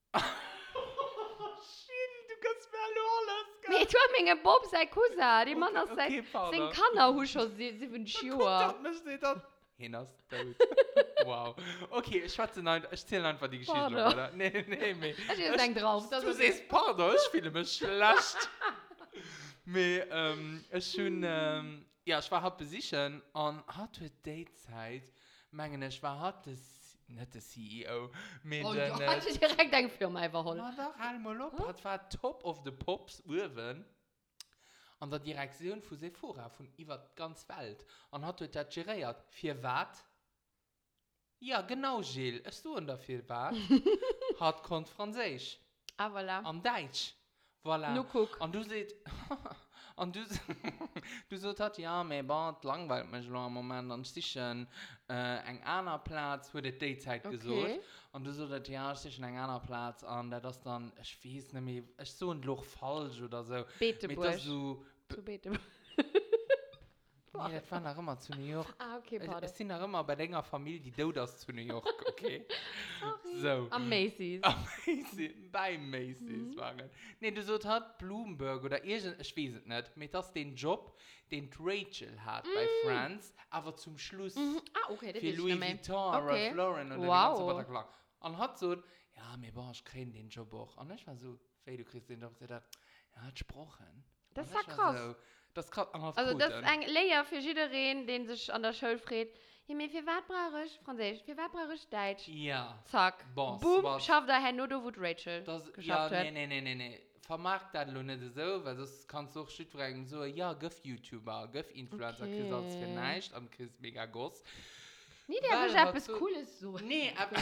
Shit, du kannst mir alle alles. Nee, du hast mir Bob, sein Cousin. Die Mann ist okay, seit pardon. sein Kanner schon sie- sieben Jahre. Hinas tot. Wow. Okay, ich schwatze nein, ich zähle einfach die Geschichte. Pardon. noch, oder? Nee, nee, nee. Ich will sagen drauf. Das Du ist siehst, pardon, ich fühle mich schlecht. Me, ähm, ich schon, ähm, ja, ich war halt besichern und hatte Datezeit, meine ich war halt das, nicht der C E O, mit Oh, den, ja, äh, hat sich direkt eine Firma überholt. na doch, einmal ab, das war Top of the Pops, Urban, an der Direktion von Sephora, von über die ganze Welt, und hat dort das geriert, für was? Ja, genau, Gilles, ist du dafür was? Hat konnt Französisch, Ah, voilà. und Deutsch, voilà. Nur guck. Und du siehst, und du, du sagst, ja, mir bad langweilt mich noch im Moment, und ich sehe äh, einen anderen Platz, wo die Dayzeit Okay. gesucht. Und du sagst, ja, ich sehe einen anderen Platz, und das ist dann, ich weiß nicht mehr, ist so ein Loch falsch oder so. Mit das Betebusch. so, Zu Betebusch. nee, das war noch immer zu New York. Ah, okay, Ich, pardon. ich bin noch immer bei deiner Familie, die du das zu New York, okay? So. Am Macy's. Am Macy's, bei Macy's Mhm. waren. Nee, du sagst halt Bloomberg oder irgend, ich weiß es nicht, mit das den Job, den die Rachel hat bei Friends, aber zum Schluss Mhm. Ah, okay, das für ist Louis nicht mehr. Vuitton, Okay. Ralph Lauren oder Wow. die ganze Bataclan. Und hat so, ja, mir war ich kriege den Job auch. Und ich war so, hey, du kriegst den Job, sie hat, ja, hat gesprochen. Das Und ist ja ich war krass. So, das ist krass. Und hat Also gut das dann. ist ein Lehrer für jeden, den sich an der Schule fragt, ja, mir für was brauche ich Französisch, für was brauche ich Deutsch? Ja. Zack, Boss, boom, was- schafft er Herr Nodo, wo die Rachel Das, ja, geschafft hat. nee, nee, nee, nee, nee. Vermarkt das noch nicht so, weil das kannst du auch shit fragen, so, ja, gif YouTuber, gif Influencer, Okay. kriegst du das für nichts und kriegst mega groß. Nee, der Weil will hat etwas so- Cooles so. Nee, aber.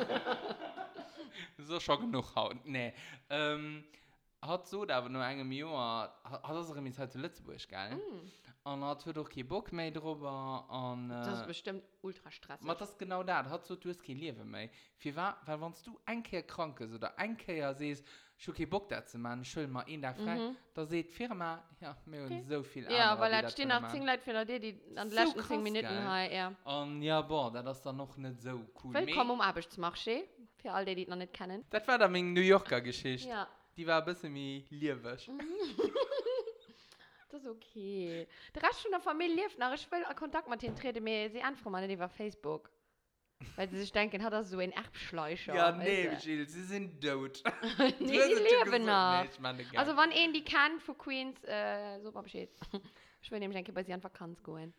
so schon genug Haut. Nee. Ähm, hat so, da aber nur einem Jahr, hat hat das nämlich halt zu Lützburg, gell? Mm, Und hat er doch keinen Bock mehr drüber. Und. Äh, das ist bestimmt ultra stressig. Aber das ist genau das, hat so, du hast kein Leben mehr. Für was? Weil wenn du ein Kehr krank bist oder ein Kehr siehst, ich habe keinen Bock dazu machen, ich will mal einen Tag frei, Mhm. da sieht die Firma, ja, wir haben Okay. so viel Ja, andere, weil die da das stehen können noch machen. zehn Leute für die, die an den So letzten krass, zehn Minuten gell? haben. Ja. Und ja, boah, das ist dann noch nicht so cool. Willkommen Me- um Arbeitsmarché, für all die, die es noch nicht kennen. Das war dann meine New Yorker Geschichte. Ja, Die war ein bisschen mehr liebig. das ist okay. Der Rest von der Familie lebt noch. Ich will Kontakt mit denen treten, mir sie anfragen, die über Facebook. Weil sie sich denken, hat das so ein Erbschleicher. Ja, nee, weißt du? Gilles, sie sind tot. Nee, die leben noch. Nee, ich meine, geil. Also, wenn einen die kann für Queens, äh, super Bescheid. Ich will nämlich denke, bei sie an Vakanz gehen.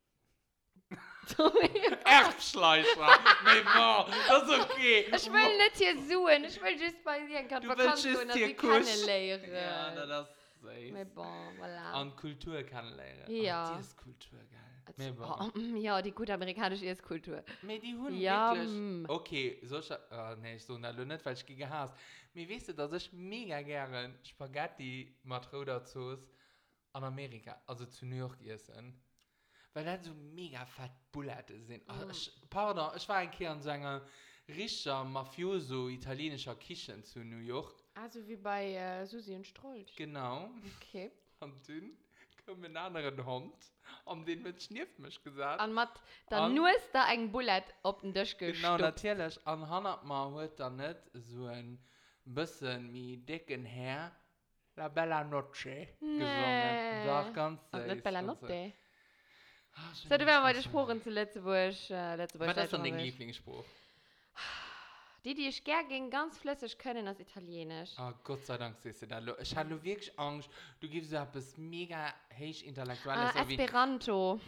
Erbschleicher. Nee, boah, das ist okay. Ich will nicht hier suchen, ich will just bei sie an Du Vakanz willst gehen, just dass hier sie kusch. kennenlernen. Ja, na, das ist Mais safe. bon, voilà. Und Kultur kennenlernen. Ja. Und die ist Kultur, geil. Also, Nee, boah. oh, mm, ja, die gute amerikanische Esskultur. Mir die Hunde Ja, wirklich... mm. Okay, so... Oh, nee, ich so nicht, weil ich gegen Hass. Mir weißt du, dass ich mega gerne Spaghetti mit roter Sauce an Amerika, also zu New York essen. Weil das so mega fett Bullette sind. Mm. Oh, ich, pardon, ich war ein Kehr in so einer richtiger, mafioso, italienischer Küche zu New York. Also wie bei äh, Susi und Strolch. Genau. Okay. Und dann um einen anderen Hund, um den mit Schniff mich gesagt. Und mit, dann Und- nur ist da ein Bullet auf den Tisch gestopft. Genau, natürlich. Und Hannah mal hat dann nicht so ein bisschen wie dicken Herr La Bella Noche Nee. gesungen. Doch, ganz Und süß. nicht Bella ganz süß. Notte. Ah, schön, So, du werden heute schön. Spuren zu Letzteburg. Äh, Letzteburg Was ist denn dein Letzteburg. Lieblingsspruch? Die, die ich gerne gegen ganz flüssig können, ist Italienisch. Oh, Gott sei Dank siehst du da. Ich habe wirklich Angst, du gibst so etwas mega heiß intellektuelles, Ah, so wie Esperanto.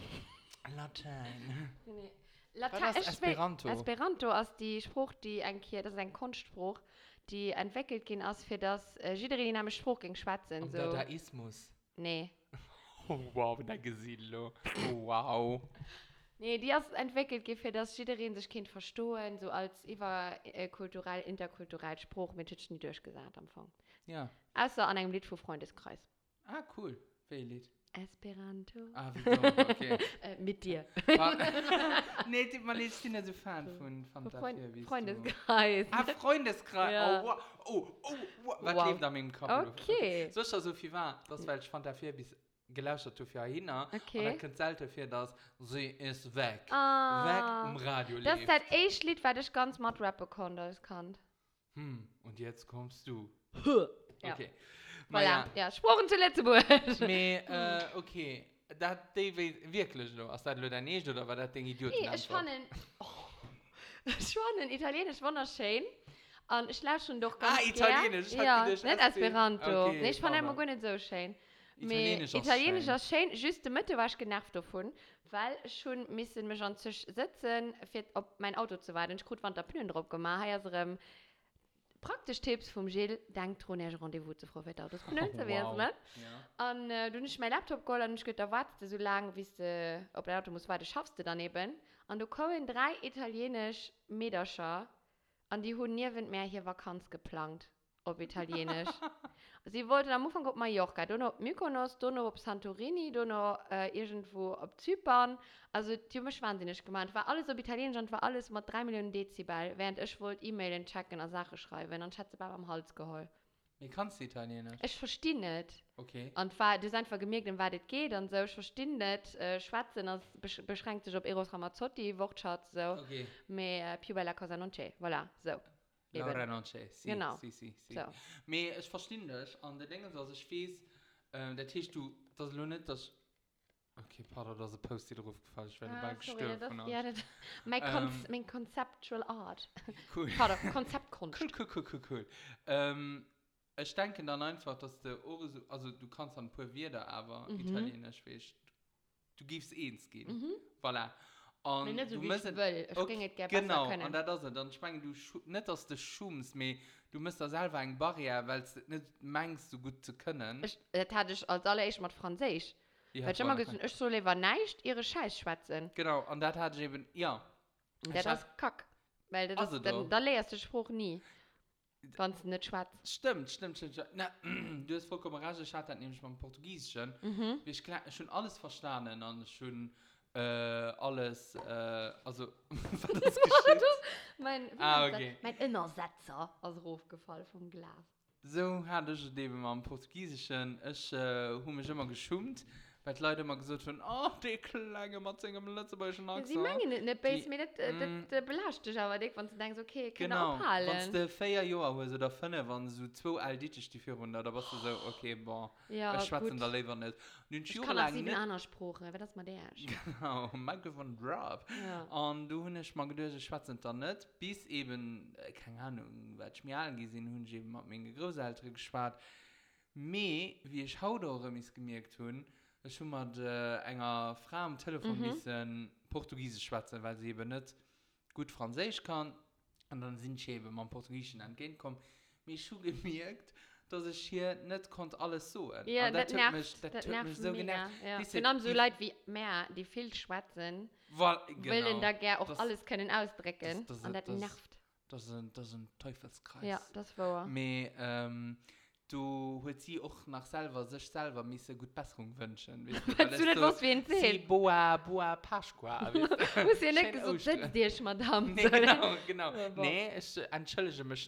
Latein. Nee. Was Latein ist Esperanto? Esperanto ist die Spruch, die eigentlich, das ist ein Kunstspruch, die entwickelt gehen aus für das, äh, jeder die Name Spruch gegen Schwarzen. Und So. Dadaismus. Nee. Oh, wow, da gesehen, lo. Oh, wow. Nee, die ist entwickelt geht für das jeder sich Kind verstehen, so als über äh, kulturell, interkulturell Spruch mit Titsch nie durchgesagt am Anfang. Ja. Außer an einem Lied für Freundeskreis. Ah, cool. Welches? Esperanto. Ah, wie dumm, okay. Äh, mit dir. War- nee, die- man ist nicht so Fan von, von Für dafür, Freund, wie du- Freundeskreis. Ah, Freundeskreis. Ja. Oh, wow. Oh, oh, wow. Was Wow. lebt da mit dem Kopf? Okay. So ist das so viel wahr. Das, weil ich fand dafür bis gelauscht habe für hin. Okay. Und dann kommt selten dafür, dass sie ist weg. Ah. Weg im Radio Das ist lebt. das erste Lied, was ich ganz mit rappen konnte, das kann. Hm, und jetzt kommst du. Ja. Okay. Voilà. Ja. Ja, Spuren zu Letzteburg. Me, äh, okay. Das die we- wirklich so. Ist das nur dein Nächste oder war das den Idioten? Nee, ich fand ihn, oh, ich fand ihn italienisch wunderschön. Und ich lausche schon doch ganz Ah, Italienisch, ich hab Ja, gedacht, nicht Espe- Esperanto. Okay, Nee, ich fand ihn Mama. immer gar nicht so schön. Italienisch Me- ist Italienisch schön. ist schön. Just in der Mitte war ich genervt davon, weil ich schon müssen mich an Tisch sitzen, für auf mein Auto zu warten. Ich konnte der Pneu drauf gemacht. Hier ist ähm, praktisch Tipps vom Gilles. Dank dran, ein Rendezvous zu Frau Wetter. Das Pneu zu werden, ne? Ja. Und äh, du nicht mein Laptop geholt und ich gesagt, da wartest du so lange, bis du, ob der Auto muss weiter, schaffst du daneben. Und du kommen drei italienisch Mädchen und die haben nirgend mehr hier Vakanz geplant, auf Italienisch. Sie wollten am Anfang auf Mallorca, dann auf Mykonos, dann auf Santorini, dann noch äh, irgendwo auf Zypern. Also die haben mich wahnsinnig gemacht. War alles auf Italienisch und war alles mit drei Millionen Dezibel, während ich wollte E-Mail checken und Sachen schreiben und ich hatte es beim Hals geholt. Wie kannst du Italienisch? Ich verstehe nicht. Okay. Und war, du hast einfach gemerkt, um was es geht und so, ich verstehe nicht, äh, Schwarzen, das besch beschränkt sich auf Eros Ramazzotti, Wortschatz, so, Okay. mais äh, più bella cosa non c'è, voilà, so. Eben. Laura Noche. Si, Genau. Si, si, si. So. Me, ich verstehe dich. Und der Ding ist, also ich weiß, ähm, der Tisch, du, das ist nur nicht, dass. Okay, pardon, da ist ein Post-it drauf gefallen. Ich werde Ah, bald sorry, gestorben das, von ja, Angst. das, mein, Ähm. Konz mein Conceptual Art. Cool. Pardon, Konzeptkunst. Cool, cool, cool, cool, cool. Ähm, ich denke dann einfach, dass der Ohren so, also du kannst dann pur wieder, aber Mhm. Italienisch, weißt du, gibst eins gehen. Mhm. Voilà. Und Mir nicht so, du wie musst- ich will. Ich Okay, ging es gerne genau, besser können. und das ist es. Dann spangen du schu- nicht, dass du schumst, aber du musst da selber eine Barriere, weil du nicht meinst, so gut zu können. Ich, das hatte ich als allererstes mit Französisch. Ja, Weil ich immer voilà. gesagt ich soll lieber nicht ihre Scheiß schwatzen. Genau, und das hat ich eben, ja. Und Ich das hab- ist kack. Weil das, Also dann, da- da lehrst du den Spruch nie. Wenn du nicht schwatzt. Stimmt, stimmt, stimmt. stimmt. Na, du hast vollkommen recht, ich hatte das nämlich beim Portugiesischen. Mhm. Ich klar, schon alles verstanden und schon äh, alles, äh, also, was das geschieht. Mein, wie Ah, heißt das? okay. mein Innersetzer ist aufgefallen vom Glas. So hatte ich eben beim Portugiesischen, ich äh, habe mich immer geschummt, weil die Leute immer gesagt haben, oh, die kleine Matze im Lützeburgischen Ja, Akzent. sie mengen nicht, nicht beiß Die- mir das, äh, das, Mm. das belastet dich aber dich, wenn du denkst, okay, kann Genau, er wenn abhalten. du vier Jahre hast oder fünf, wenn so zwei Alditisch die vierhundert, da warst du so, okay, boah, Ja, ich schwätze gut. da lieber nicht. Und Ich ich kann auch lang sieben nicht. andere Sprachen, aber das mal der ist. Genau, Mikrofon Drop. Ja. Und du hast mal gedacht, ich schwätze da nicht, bis eben, äh, keine Ahnung, was ich mir angesehen habe, ich eben mit meinen Großeltern geschwätzt. Me, wie ich heute auch immer gemerkt habe, ich habe mit äh, einer Frau am Telefon Mhm. müssen Portugiesisch schwätzen, weil sie eben nicht gut Französisch kann. Und dann sind sie eben mit Portugiesischen entgegengekommen. Aber ich habe gemerkt, dass ich hier nicht konnte alles so. Ja, Und das hat nervt, mich, das das hat mich nervt so mega. genervt. Ja. Weißt Wir du, haben so die- Leute wie mehr, die viel schwätzen, Weil, genau, wollen da gerne auch das- alles können ausdrücken. das- das- und das, das- nervt. Das ist ein, das ist ein Teufelskreis. Ja, das war. Me, ähm, du hast sie auch nach selber, sich selber müssen gut Besserung wünschen. Weißt du, Weißt du nicht, was wir ihnen Sie sehen? boa, boa, Pasqua. weißt Du hast ja nicht Schön gesagt, ausdrücken. setz dich, Madame. Nee, So, genau, genau. Ja, boah. Nee, ich entschuldige mich nicht.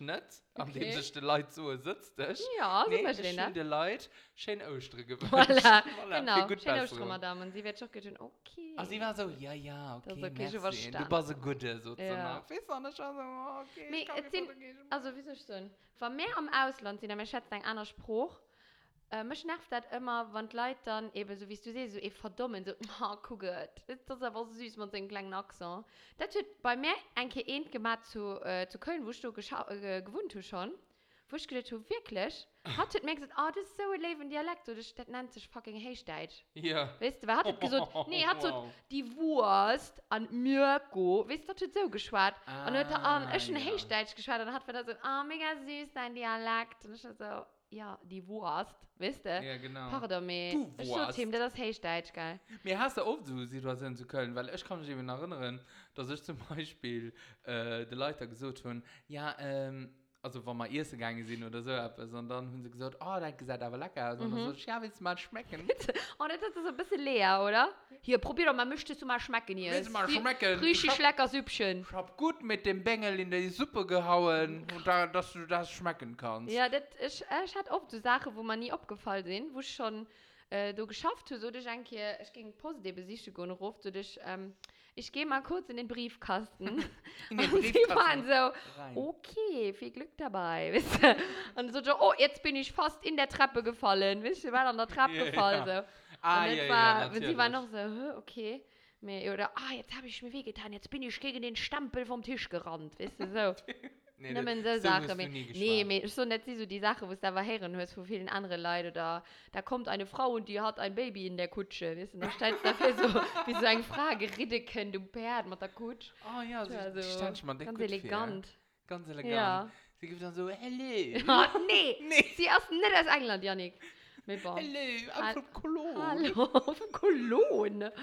an dem Okay. sich die Leute so sitzt. ich. Ja, so Nee, möchte ich ich, will ne? die Leute schön Östre gewünscht. Voilà, Voilà, genau. viel gut Schön Besserung. Ausstrom, Madame. Und sie wird schon gedacht, okay. Also sie war so, ja, ja, okay, Das ist okay, merci. schon verstanden. Du warst so gute, sozusagen. Ja. Weißt du, und ich war so, okay, Me, ich kann es mir sind, vorstellen. also wie soll ich sagen, von mehr am Ausland sind, aber ich schätze einen anderen Spruch. Äh, mich nervt das immer, wenn die Leute dann eben, so wie du siehst, so eh verdammen, so, oh, guck mal, das ist aber süß mit so einem kleinen Akzent. Das hat bei mir eigentlich ein gemacht zu, äh, zu Köln, wo ich da gescha- äh, gewohnt habe schon. Wo ich gedacht habe, wirklich, hat er mir gesagt, oh, das ist so ein lebender Dialekt, oder das nennt sich fucking Heichdeutsch. Ja. Weißt du, wer hat das gesagt? Nee, hat so die Wurst an Mirko, weißt du, das hat so geschwärzt. Ah, und dann hat er an ich ein ja. Heichdeutsch geschwärzt und dann hat er so, oh, mega süß, dein Dialekt. Und ich war so, ja, die Wurst, weißt du? Ja, genau. Pardon, me. Du Ich Wurst. so, Tim, das ist Heichdeutsch, geil. Mir hast du oft so Situationen zu Köln, weil ich kann mich eben erinnern, dass ich zum Beispiel äh, die Leute gesagt haben, ja, ähm, also wenn wir erst gegangen sind oder so etwas, und dann haben sie gesagt, oh, das gesagt aber lecker. Und dann so, ja, willst du mal schmecken? Oh, das ist so ein bisschen leer, oder? Hier, probier doch mal, möchtest du mal schmecken hier? Willst du mal schmecken? Richtig Ich hab- lecker Süppchen. Ich hab gut mit dem Bengel in die Suppe gehauen, und da, dass du das schmecken kannst. Ja, das ich, äh, ich hatte oft so Sachen, wo man nie abgefallen sind, wo ich schon äh, du geschafft habe, so ich denke, ich ging positive Besichtigung ruf, so ich, ähm, ich gehe mal kurz in den Briefkasten. In den und sie waren Briefkasten so, rein. okay, viel Glück dabei, wisst ihr? Und so, oh, jetzt bin ich fast in der Treppe gefallen, wisst ihr, war an der Treppe Ja, gefallen, ja. so. Ah, und das ja, war, ja, und sie natürlich. war noch so, hä, okay. Mir- Oder, ah, jetzt habe ich mir wehgetan, jetzt bin ich gegen den Stempel vom Tisch gerannt, wisst ihr, so. Nee, Nehmen so das- so Sachen. hast du mit- nie Nee, geschwärzt. mir so nicht so die Sache, wo es da war hören hörst von vielen anderen Leuten. Da, da kommt eine Frau und die hat ein Baby in der Kutsche. Weißt du, da steht dafür so, wie so eine Frage, Riddeken, du Pferd mit der Kutsche. Oh ja, sie Also, also, stand schon mal ganz gut elegant. Für, ganz elegant. Ja. Sie gibt dann so, hello. Ah, nee, Nee. sie ist nicht aus England, Janik. Mit Bon. Hello, Hall- I'm from Cologne. Hallo, auf Cologne.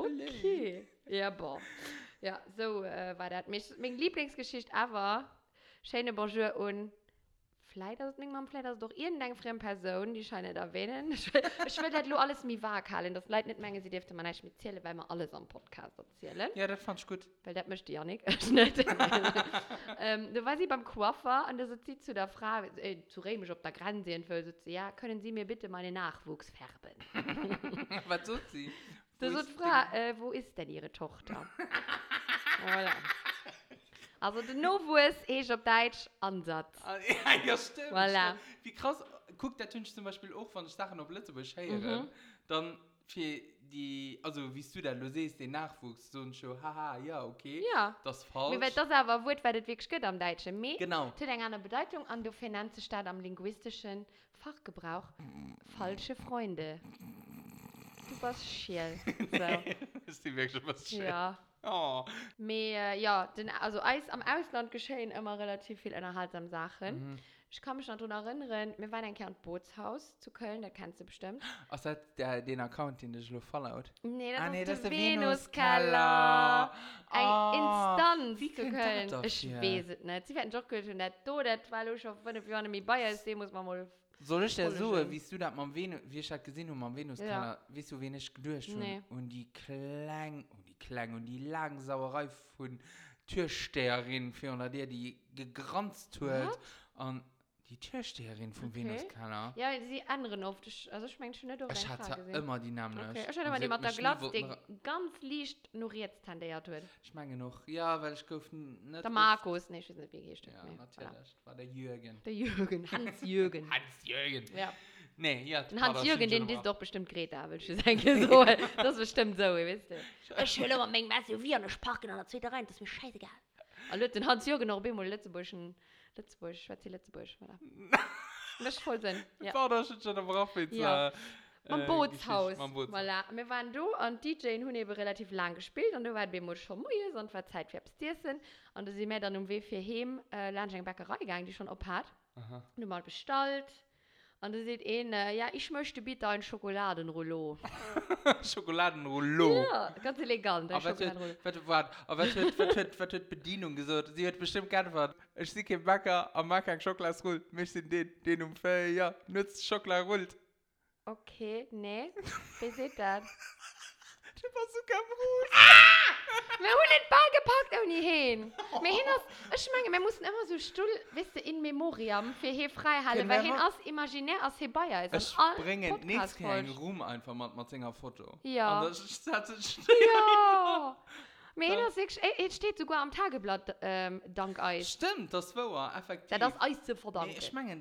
Okay. Ja, boah. Ja, so äh, war das. Mich- Meine Lieblingsgeschichte aber, schöne Bonjour und vielleicht ist es nicht mal, vielleicht ist es doch irgendeine fremde Person, die scheint nicht erwähnen. Ich will, ich will das nur alles mir wahrhalten. Das Leute nicht meinen, sie dürfte man nicht mitzählen, weil wir alles am Podcast erzählen. Ja, das fand ich gut. Weil das möchte ich auch nicht. Ich nicht. ähm, da war sie beim Coiffeur und da sitzt sie zu der Frau, äh, zu Remisch auf der Grenze und will, sitzt sie, ja, können Sie mir bitte meine Nachwuchs färben? Was tut sie? Da Wo so ist die Frage, äh, wo ist denn Ihre Tochter? Voilà. Also, der Novus ist auf Deutsch Ansatz. die- Ah, ja, ja, stimmt. Voilà. stimmt. Wie krass, guck, der Tünch zum Beispiel auch, wenn ich Sachen auf Lützeburg höre, Mhm. dann für die, also wie du da, du siehst, den Nachwuchs, so und schon, haha, ja, okay. Ja. Das ist falsch. Mir wird das aber Wort, weil das wirklich gut am Deutschen. Me, Genau. zu der eine Bedeutung an der Finanzen statt am linguistischen Fachgebrauch. Falsche Freunde. Du warst schiel. So. Ist die wirklich was schön. Ja. Oh. Mehr, ja, denn, also Eis, am Ausland geschehen immer relativ viel unterhaltsame Sachen. Mhm. Ich kann mich noch daran erinnern, wir waren ein Kern Bootshaus zu Köln, das kennst du bestimmt. Also hat der, den Account, den ich noch followt. Nee, das Ah, nee, ist das der ist der Venus-Keller. Ein Ah, Instanz wie zu klingt Köln. das Ich dafür? weiß es nicht. Sie werden doch gehört, und das, do, das, weil ich schon fünf Jahre mit Bayer ist, den muss man mal. Soll ich dir Voll so, schön. wie du das am Venus, wie ich das gesehen habe am Venus-Keller, Ja. weißt du, wen ich durch Nee. und die Klang, und die Klang und die lange Sauerei von Türsteherin, für unter der die gegranzt wird, und die Türsteherin vom Okay. Venus-Keller. Ja, die anderen oft. Ich, also ich meine schon nicht, Ich hatte gesehen. immer die Namen Okay, nicht. ich hatte Und immer die sie hat mit der mich nie Glatze, die wollten- ganz leicht nur jetzt tendiert wird. Ich meine noch, ja, weil ich kauf nicht. Der Markus, nee, ich weiß nicht, wie heißt Ja, nee, natürlich. voilà. War der Jürgen. Der Jürgen, Hans-Jürgen. Hans-Jürgen. Ja. Nee, ja. Den war das Hans-Jürgen, schon den schon ist doch bestimmt Greta, würde ich sagen. So, das ist bestimmt so, weißt du. Ich will aber mein Messi wie eine Sparken an der zweiten Reihe, das ist mir scheißegal. Also den Hans-Jürgen noch immer Letzteburg, Letzteburg, ich weiß nicht, Letzteburg, voilà. Das ist voll Sinn, ja. War das schon am Raffitz? Ja. Äh, Am äh, Bootshaus. Geschichte, am Bootshaus. Voilà. Wir waren da und D J haben eben relativ lang gespielt und da war wir schon müde und war Zeit für Abstiessen. Und da sind wir dann um W vier heim, äh, Lunch in die Bäckerei gegangen, die schon abhat. Aha. Und mal bestellt. Und da sieht einer, ja, ich möchte bitte ein Schokoladenrollo. Schokoladenrollo. Ja, ganz elegant, ein Aber was Schokoladenrollo. wird, was, warte, aber was wird, was wird, was wird Bedienung gesagt? Sie hat bestimmt geantwortet. Ich sehe keinen Bäcker, aber mag kein Schokoladenroll. Möchte den, den umfällen, ja, nützt Schokoladenroll. Okay, nee, wie sieht das? Du warst so kaputt. Wir haben den Ball gepackt und nicht hin. Wir hin aus, ich meine, wir mussten immer so stuhl, wisst ihr, in Memoriam für hier Freihalle, weil hin aus imaginär aus hier Bayer ist. Ich bringe nichts keinen Ruhm einfach mit mit seinem Foto. Ja. Und das das ist Ja. Mir hin aus, es steht sogar am Tageblatt, ähm, dank Eis. Stimmt, das war effektiv. Ja, das Eis zu verdanken. Nee, ich meine,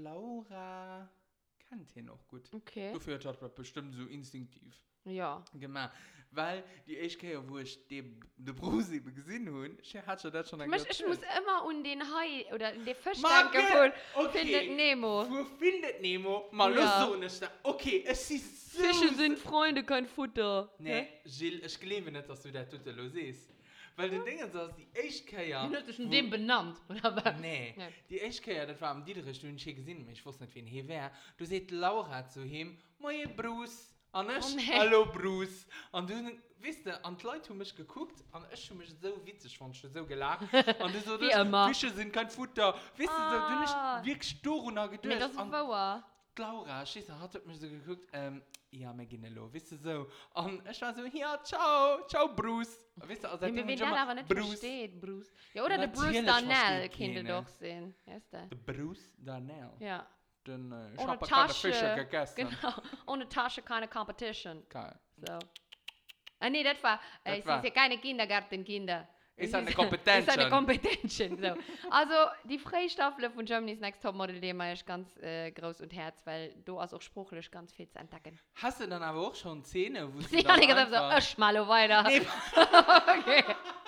Laura kennt ihn auch gut. Okay. Dafür hat er bestimmt so instinktiv. Ja. Genau. Weil die Echkehr, wo ich den de Brusi gesehen habe, ich hatte das schon Ich, ich muss immer an den Hai oder an den Fisch Marke, denken von okay. Findet Nemo. Wo findet Nemo? Mal Ja. los so und ich dachte, okay, es ist so... Fische sind Freunde, kein Futter. Nee, Gilles, ich glaube nicht, dass du das total los siehst. Weil die Dinge so, die Echkehr... Du hast dich in dem benannt, oder was? Nee, Nee. die Echkehr, das war am Dieterich, du hast ihn gesehen, ich wusste nicht, wen hier wäre. Du siehst Laura zu ihm, moin Bruce. Und ich, Oh, nee. hallo Bruce. Und du, weißt du, und die Leute haben mich geguckt und ich habe mich so witzig, fand ich so gelacht. Und du so, Wie das, immer. Fische sind kein Futter. Weißt du, so, du Ah. nicht wirklich stur und Nee, geduldig. das ist Und wahr. Laura, scheiße, hat mich so geguckt, ähm, ja, wir gehen los, weißt du, so. Und ich war so, ja, ciao, ciao Bruce. Weißt du, also Wenn wir den aber nicht versteht, Bruce. Ja, oder der Bruce Natürlich Darnell, versteht kennt ihr keiner. doch sehen. Weißt du? Der Bruce Darnell. Ja. Den, äh, ich Ohne habe keine Tasche. Fische gegessen. Genau. Ohne Tasche keine Competition. Geil. So. Ah, nee, das war, äh, Das es war- ist ja keine Kindergartenkinder. Ist Es eine Ist Competition. eine Competition, so. Also, die Freistaffel von Germany's Next Topmodel, die mache ich ganz äh, groß und herz, weil du hast auch spruchlich ganz viel zu entdecken. Hast du dann aber auch schon Zähne, wo Sie haben gesagt, so, ich mal weiter. Nee, Okay.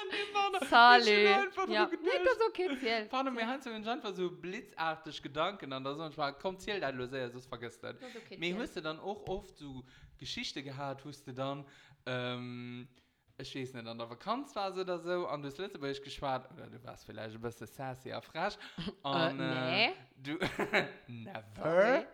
Salut. einfach Ja, nur nee, geduldet. das ist okay, Ziel. Warte, mir haben so einfach so blitzartig Gedanken an der Sonne. Ich war, komm, zähl das los, ja, sonst vergisst das. Das ist okay, Mir Ziel. hast du dann auch oft so Geschichte gehabt, hast du dann, ähm, ich weiß nicht, an der Vakanzphase oder so, und du hast letzte Woche geschwärzt, oder du warst vielleicht ein bisschen sassy auf frisch. Und, nee. Du, never? Sorry.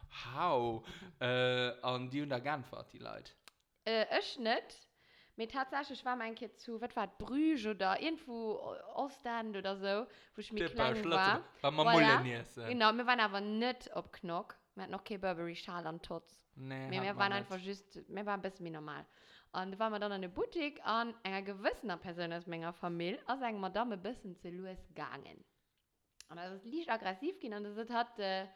How? Äh, und die und da geantwortet, die Leute. Äh, ich nicht. Mit tatsächlich war mein Kind zu, was war das, Brügge oder irgendwo Ostend oder so, wo ich mit klein war. Weil man Voilà. Mullen essen. Genau, wir waren aber nicht auf Knock. Wir hatten noch kein Burberry-Schal an Tots. Nee, Wir, hat wir man waren nicht. einfach just, wir waren ein bisschen wie normal. Und da waren wir dann in der Boutique und einer gewissen Person aus meiner Familie, aus einer Madame ein bisschen zu Louis gegangen. Und das ist leicht aggressiv gewesen und das hat, äh,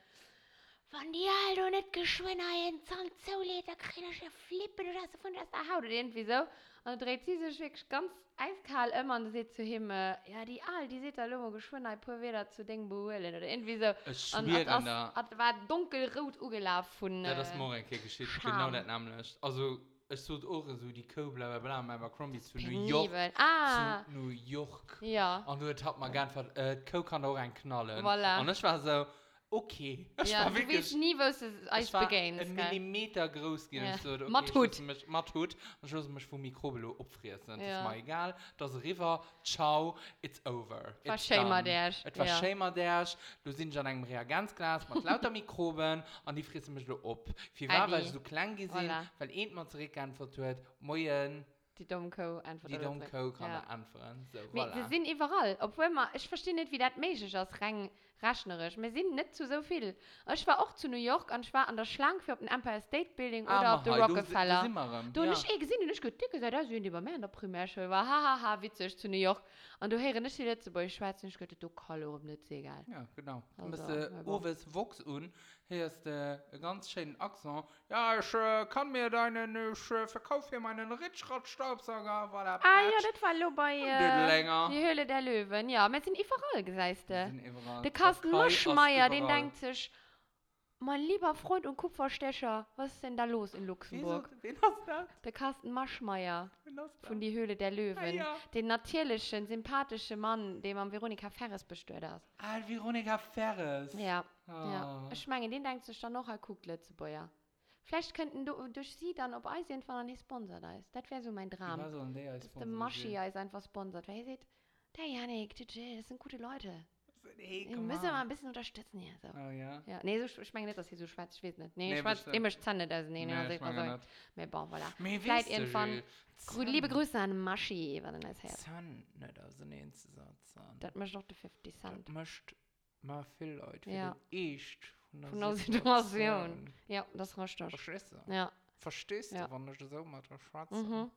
wenn die Aldo nicht geschwind haben, Zahn zulädt, da krieg ich ja flippen oder so von der Haut oder irgendwie so. Und dann dreht sie sich wirklich ganz eiskalt immer und sagt zu ihm, äh, ja, die Al, die sieht da immer geschwind, ein paar wieder zu Dingen beholen oder irgendwie so. Es Und schwierig hat- da. hat- hat- war dunkelrot angelaufen von, Ja, das äh, Morenke geschieht. Scham. Genau das nämlich. Also, es tut auch so die Co. bla bla bla, aber Crombie zu New York. penibel. Ah, Zu New York. ja. Und du hat man gern ver- äh, Co. kann auch reinknallen. Voilà. Und ich war so, okay. Ich Ja, war du wirklich. weißt nie, wo es Eis Ich war begehst. ein gell? Millimeter groß gehen. Ja. Ich so, okay, Mit ich Hut. muss mich- Mit Hut. Und ich muss mich von Mikrobelo abfressen. Das Ja. ist mir egal. Das ist River, ciao, it's over. War It's schämer done. der. Es war Ja. schämer der. Du sind schon in einem Reagenzglas mit lauter Mikroben und die fressen mich da ab. Wie war, Adi. weil ich so klein gesehen, Voilà. weil irgendwann zurückgeantwortet hat, moin, Die Domco einfach. die da dumme drin. Co. kann Ja. da antworten. So, Wir, wir voilà. sind überall. Obwohl man, ich verstehe nicht, wie das möglich ist, rein rechnerisch. Wir sind nicht zu so viel. Ich war auch zu New York und ich war an der Schlange für den Empire State Building oder Ah, auf der Mahai, du- Rockefeller. Du sind wir, Du ja. nicht eh gesehen, du nicht gut dick gesagt, da sind die bei mir in der Primärschule. War hahaha, witzig zu New York. Und du hörst nicht die letzte Boy Schweiz nicht gut, du Kalor, nicht so egal. Ja, genau. Du Also, musst äh, ja, bon. Oves Vox un. Hier ist äh, ein ganz schönen Akzent. Ja, ich äh, kann mir deinen, ich äh, verkaufe hier meinen Ritschrad-Staubsauger. Voilà, Ah ja, patsch. das war nur bei Ein äh, bisschen länger. die Höhle der Löwen. Ja, wir sind überall Wir geseiste. sind überall. Der Carsten Türkei ist Maschmeyer, den überall. denkt sich, mein lieber Freund und Kupferstecher, was ist denn da los in Luxemburg? Wieso? Wen hast du da? Der Carsten Maschmeyer Wen hast du da? von die Höhle der Löwen. Ah, ja. Den natürlichen, sympathischen Mann, den man Veronika Ferres bestört hat. Ah, Veronika Ferres. Ja, Ah. ja. Ich meine, den denkt sich dann noch, er guckt letzte Boyer. Vielleicht könnten du durch sie dann, ob Eis irgendwann nicht sponsert ist. Das wäre so mein Wie Drama. war so ein der als Dass der Sponsor Maschi gewesen? ist einfach sponsert. Weil ihr seht, der Janik, der Jill, das sind gute Leute. Hey, Wir come müssen mal on. ein bisschen unterstützen hier. So. Oh ja. Ja, nee, so, ich meine nicht, dass hier so schwarz, ich weiß nicht. Nee, Nee, schwarz, bestimmt. immer Zähne da sind. Nee, nee, Nee, nee, ich also, meine also, mehr bon, voilà. Mir Vielleicht wisst ihr, irgendwann, Jill, Grü liebe Zahn. Grüße an Maschi, wenn er das hört. Zahn, nicht aus den Ernst sagen. Das möchte doch der fifty Das Cent. möchte mal viel Leute. Ja. Echt von Von der Situation. Ja, das ist richtig. Verstehst du? Ja. Verstehst Ja. du, wenn ich so mit der Schwarze? Mhm.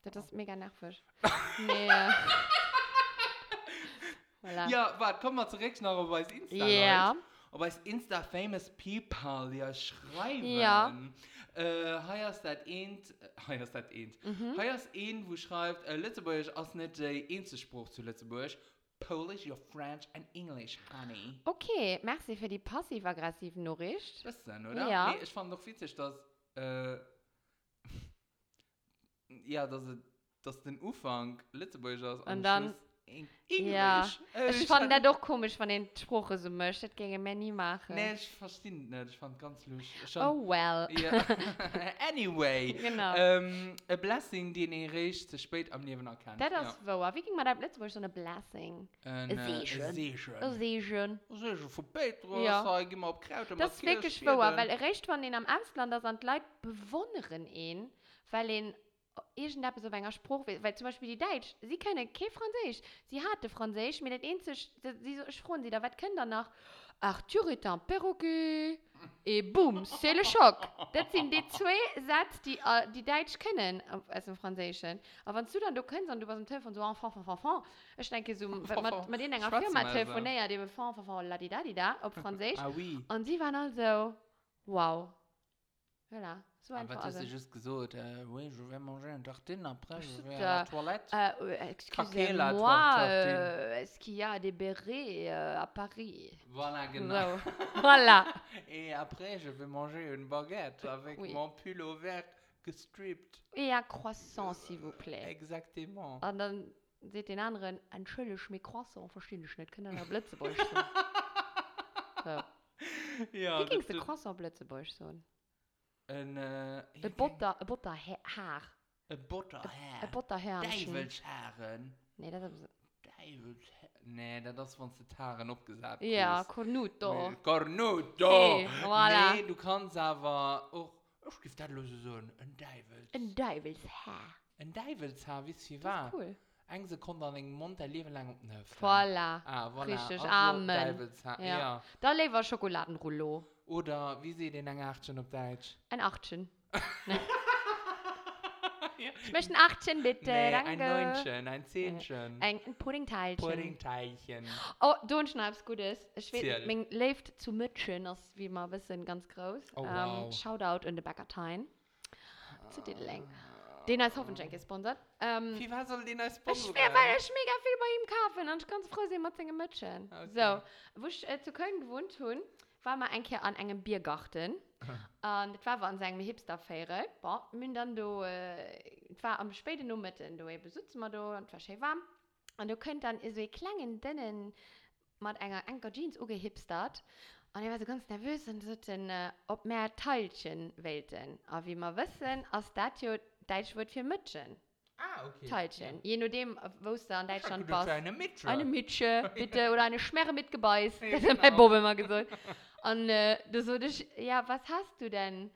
Das ist mega nervig. Nee. Voilà. Ja, warte, komm mal zurück nach auf das Insta. Ja. Aber als Insta Famous People, die ja schreiben. Ja. Äh, hier ist das ein, hier ist das ein. Mhm. Hier ist ein, wo schreibt, äh, Lützeburg ist nicht der einzige Spruch zu Lützeburg. Polish, your French and English, honey. Okay, merci für die passiv-aggressiven Nachricht. Das ist dann, oder? Ja. Nee, ich fand doch witzig, dass, äh, ja, dass, dass den Anfang Lützeburg ist. Und dann, Eng ja, Englisch. Äh, ich fand das doch komisch, von den Sprachen so möchte. Das ging mir nie machen. Nee, ich verstehe nicht. Ich fand ganz lustig. Schon, Oh well. Ja. Anyway. Genau. Ähm, a blessing, den ich recht zu spät am Leben erkannt. Das ist wahr. Wie ging man das letzte Woche so eine Blessing? Ein Ein Segen. Ein Segen. Das sehe ich schon. Segen von Petrus. Ja. Geh mal auf Kraut und Das mal ist wirklich Kirsch wahr, werden. weil recht von denen am Ausland, da sind Leute bewundern ihn, weil ihn irgendetwas so ein Spruch, weil zum Beispiel die Deutsch, sie können kein Französisch, sie hatte Französisch, mit den einzigen, sie so, ich frage sie, da was können danach, Arthur est un perroquet, et boum, c'est le choc. Das sind die zwei Sätze, die uh, die Deutsch kennen, aus dem Französischen. Aber wenn du dann, du kennst und du warst am Telefon so, enfant, enfant, enfant, ich denke so, mit, mit denen einer Firma telefoniert, die enfant, enfant, la di da di da, auf Französisch. Ah oui. Und sie waren also, wow. Voilà. So Aber einfach. das Also. ist just gesagt, äh, oui, je vais manger une tartine, après je vais à Da- la toilette. Euh, euh, Craquer la excusez-moi, tartine. euh, est-ce qu'il y a des bérets euh, à Paris? Voilà, genau. So. Voilà. Et après, je vais manger une baguette avec Oui. mon pull au vert gestrippt. Et un croissant, s'il vous plaît. Exactement. Und dann seht den anderen, entschuldigung, mit Croissant, verstehe ich nicht, können wir Blitzebäusch so. So. Ja, Wie ging's das- der Croissant Blitzebäusch so? Ein, äh, Ein Butter, ein Butterhaar. Ein Butterhaar. Ein Butterhörnchen. Teufelshaaren. Nee, das ist... Teufelshaaren. Nee, das ist, wenn du die Haare abgesagt Ja, hast. Cornuto. Nee, Cornuto. Hey, voilà. Nee, du kannst aber auch, ich gebe das los so, ein Teufels. Ein Teufelshaar. Ein Teufelshaar, wisst ihr Das was? ist cool. Eine Sekunde an den Mund, ein Leben lang auf den Hüften. Voilà. Ah, voilà. Richtig, Also, Amen. Teufelshaar, Ja. ja. Da leber Schokoladenrouleau. Oder, wie sieht denn ein Achtchen auf Deutsch? Ein Achtchen. Ich möchte ein Achtchen, bitte. Nee, Danke. ein Neunchen, ein Zehnchen. Ein, ein Puddingteilchen. Puddingteilchen. Oh, du und Schnaps, Gutes. Ich Zähl. weiß, mein lebt zu Mütchen, das ist wie mal wissen, ganz groß. Oh, ähm, wow. Shoutout in der Bäckertein. Zu den Längen. Den als Hoffenschenk gesponsert. Ähm, Wie war soll den als ich Sponsor schwör, weil ich mega viel bei ihm kaufen und ich ganz froh sein mit seinen Mütchen. Okay. So, wo ich äh, zu Köln gewohnt habe, war mal ein Kehr an einem Biergarten. Und das war an seinem Hipster-Fähre. Boah, wir dann do, äh, es war am späten Nachmittag, da besitzen wir da und es war schön warm. Und du könnt dann so einen kleinen, dünnen, mit einer Anker Jeans ungehipstert. Und ich war so ganz nervös und so, dann, äh, ob mehr Teilchen wählten. Aber wie wir wissen, als das ja Deutsch wird für Mütchen. Ah, okay. Teilchen. Je nachdem, wo es da in Deutschland Du passt. eine Mitsche. Eine Mitsche, bitte, oder eine Schmerre mit Gebäß. Ja, Das hat genau. mein Bob immer gesagt. Und äh, du so, das, ja, was hast du denn?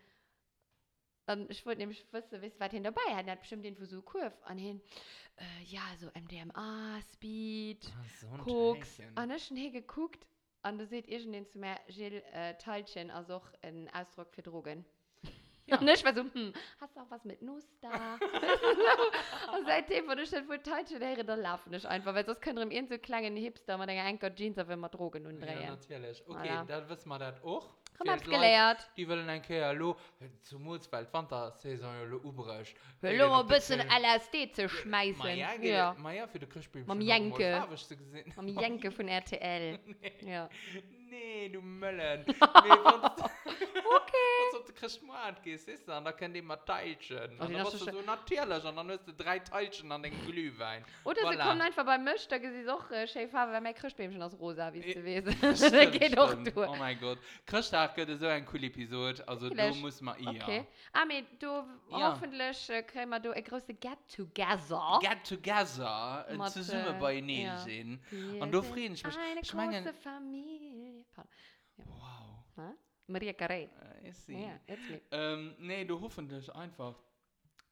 Und ich wollte nämlich wissen, was hat ihn dabei? Er hat bestimmt den so Kurve. Und hin, äh, ja, so M D M A, Speed, Ah, so ein Koks. Teilchen. Und ich habe hier geguckt. Und du seht irgendwann zu mir, Gilles, äh, Teilchen, also auch ein Ausdruck für Drogen. Ja. Und ich war so, hm, hast du auch was mit Nuss da? Und seitdem, wo du schon wohl Teilchen wäre, dann laufen ich einfach, weil sonst könnte ihm so kleinen Hipster mit einer Anker Jeans auf immer Drogen und Ja, drehen. natürlich. Okay, Voilà. dann wissen wir das auch. Komm, Für hab's die Leute, gelehrt. Die wollen ein Kehr, hallo, zum Mutzwald, Fanta-Saison, hallo, übrig. Will nur ein bisschen L S D zu schmeißen. Ma ja, Ja. ma ja, für die Christbäumchen. Mam noch Jenke. mal farbig zu gesehen. Am Jenke von R T L. Ja. Nee, du Müllen. Nee, okay. Wenn du zu Christmord gehst, ist dann, da können die mal Teilchen. Oh, Und die dann hast bist du du so natürlich und dann hast du drei Teilchen an den Glühwein. Oder sie Voilà. kommen einfach bei Misch, da ist auch äh, schön Farbe, weil mein Christbäumchen aus rosa, wie es Ja, gewesen Das ist. Das stimmt, geht auch stimmt. durch. Oh mein Gott. Christtag ist so ein cool Episode, also du Vielleicht. musst mal ihr. Okay. Aber du, Ja. hoffentlich äh, kriegen wir da ein großes Get-Together. Get together und Mit, zusammen äh, bei Nil ja. sehen. Wir Und du sind frieden ich mich. Eine Ich meine, große Familie. Pardon. wow. Hä? Maria Carey. Äh, ich sehe. Ja, jetzt mit. Ähm, nee, du hoffentlich einfach,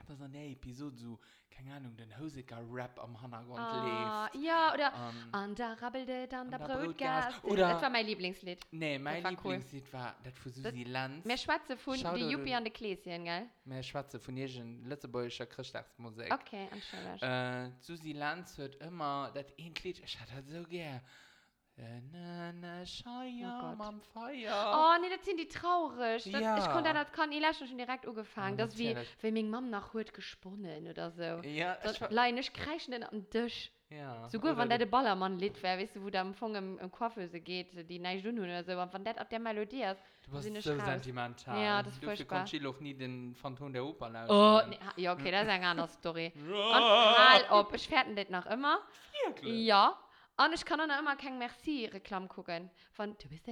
dass an der Episode so, keine Ahnung, den Hosiker-Rap am Hintergrund Ah, lebt. ja, oder Ähm, an der Rabbelte, dann der an der Brotgas. Brotgas. Oder- Das war mein Lieblingslied. Nee, mein war cool. Lieblingslied war das von Susi Lanz. Mehr Schwarze von Schau die dir Juppie den- an der Gläschen, gell? Mehr Schwarze von irgendeiner Lützebäuerischer Christachsmusik. Okay, anscheinend. Äh, Susi Lanz hört immer das ein Lied, ich hatte das so gern. Äh, na, na, schau ja, Gott. am Feuer. Oh, nee, das sind die traurig. Das, Ja. Ich konnte das kann ich schon direkt angefangen. Ja, das ist wie, natürlich. wenn meine Mama nach heute gesponnen oder so. Ja, Das ich war, Leine, ich kreischen den am Tisch. ja. So gut, Oder wenn der die- der Ballermann-Lied wäre, weißt du, wo der am Anfang im, im Coiffeuse geht, die neue Stunde oder so, und wenn das ab der Melodie ist. Du warst sind nicht so raus. sentimental. Ja, das ist Dafür furchtbar. konnte ich auch nie den Phantom der Oper lauschen. Oh, nee, ja, okay, das ist eine andere Story. Und mal ob, ich fährte das noch immer. Wirklich? Ja. Und ich kann dann auch immer kein Merci-Reklam gucken. Von, du bist der...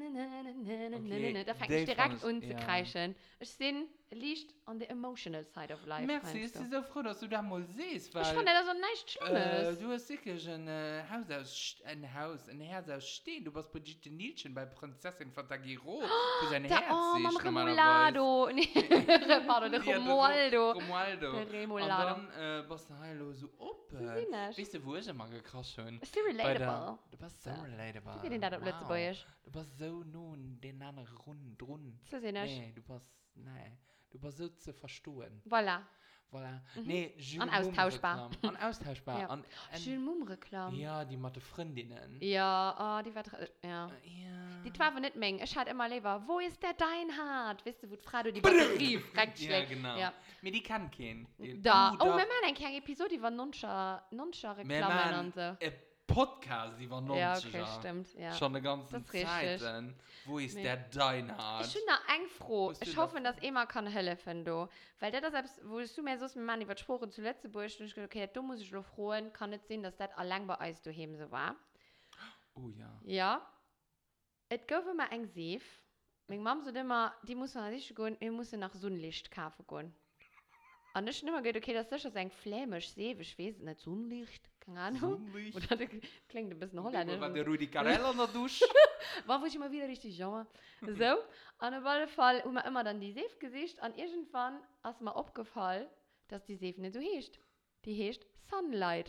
Okay, Da fängt die ich direkt fand an ich- zu ja. kreischen. Ich sehe Licht on the emotional side of life. Merci, meinst ich du? bin so froh, dass du da mal siehst, weil... Ich fand das so nichts äh, Schlimmes. du hast sicher ein äh, Haus aus... Ein Haus, ein Herz aus Stehen. Du warst Brigitte Nielsen bei Prinzessin von Tagiro. Für sein Da, Herz, oh, sehe Mam ich Remolado. Nee, Remolado, der Ja, der Romualdo. Romualdo. Der Remolado. Und dann äh, warst du hallo so op. Sie sind nicht. Weißt du, wo ich immer gekrascht habe? Ist sie Bei der- relatable? Du warst so Ja. relatable. Wie geht denn das auf Wow. Lützebäuerisch? Du warst so nun den anderen Runden drun. So sie nicht. Nee, du warst, nee, du warst so zu verstehen. Voilà. Voilà. Mhm. Nee, Jules Und austauschbar. Mumm-Reklam. Und austauschbar. Ja. Und, und, Schön Mum-Reklam. ja, die mit den Freundinnen. Ja, oh, die war... dr- Ja. Ja. Die war aber nicht Menge. Ich hatte immer lieber, wo ist der Deinhard? Weißt du, wo die Frau die Batterie direkt Ja, schlägt. genau. Ja. Mir die kann kennen. Die- Da. Du, Oh, da- wir machen eine kleine Episode über Nonscha, Wir Nonscha-Reklamen machen und so. ein Podcast über Ja, neunziger. okay, stimmt. Ja. Schon eine ganze Das ist richtig. Zeit. Dann. Wo ist Nee. der Deinhard? Ich bin da eng froh. Musst du Ich da hoffe, dass Emma kann helfen, du. Weil das selbst, wo du mir so mit Mann über Sprache zu Lützeburg und ich gedacht, okay, da muss ich noch frohen, kann nicht sehen, dass das allein bei uns daheim so war. Oh ja. Ja. Es gab immer ein Sief. Meine Mama sagt immer, die muss man nicht gehen, ich muss nach Sonnenlicht kaufen gehen. Und ich habe immer gedacht, okay, das ist sicher ein flämisch Sief, ich weiß nicht, Sonnenlicht, keine Ahnung. Sonnenlicht. Oder das klingt ein bisschen holländisch. War der Rudi Carell an der Dusche? War wo ich immer wieder richtig jammer. So, an auf jeden Fall haben wir immer dann die Seef gesicht und irgendwann ist mir aufgefallen, dass die Seef nicht so heißt. Die heißt Sunlight.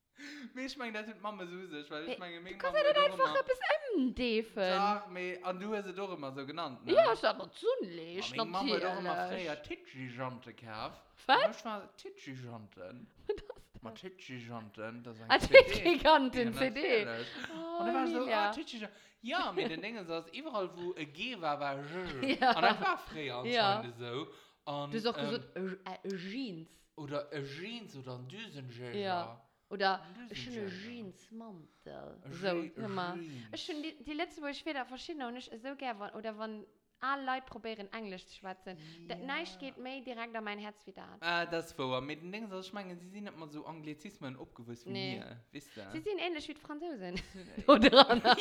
Ich meine, das ist Mama süß, weil ich meine, Du kannst ja nicht einfach etwas M-Defen. Ja, me- und du hast sie doch immer so genannt, ne? Ja, ich sag mal Sonnenlicht, Meine Mama hat auch immer natürlich. früher Titschigante gekauft. Was? Ich war Titschgiganten. Mal Titschgiganten, das ist ein Ein C D. Titschgiganten-C D. natürlich. Oh, Und dann war ich so, ja. ah, Titschgiganten. Ja, mit den Dingen, so, dass überall, wo ein G war, war J. Ja. Und das war früher Ja. anscheinend so. Und, Du hast auch ähm, gesagt, äh, äh, Jeans. Oder ein Jeans oder ein Düsenjäger. Ja. Oder Ein ich Düsenjäger. eine Jeansmantel. Ein So, Je- immer. ein Jeans. Ich finde die, die letzte, wo ich wieder verschiedene und ich so gerne, oder wenn alle Leute probieren, Englisch zu schwatzen, Ja. das Nichts geht mir direkt an mein Herz wieder an. Ah, das war. Mit den Dingen, so, ich meine, sie sind nicht mal so Anglizismen abgewusst wie Nee. mir. Wisst ihr? Sie sind ähnlich wie die Franzosen. Oder Anna.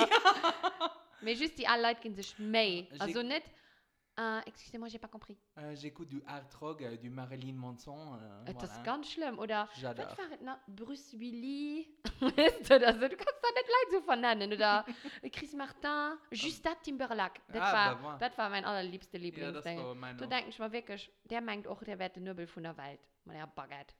Aber just die alle Leute gehen sich mehr. J'ai- Also nicht, äh, excusez-moi, j'ai pas compris. Euh, J'écoute du Hard Rock, euh, du Marilyn Manson. Euh, Äh, Das voilà. ist ganz schlimm. Oder, J'adore. was war das noch? Bruce Willis. Weißt du, das, du kannst da nicht Leute so vernennen. Oder Chris Martin, Justin Timberlake. Das, Ah, war, bah, voilà. das war mein allerliebster Ja, das Lieblingsding. war mein Du auch. denkst mal wirklich, der meint auch, der wird der Nobel von der Welt. Man, der Baguette.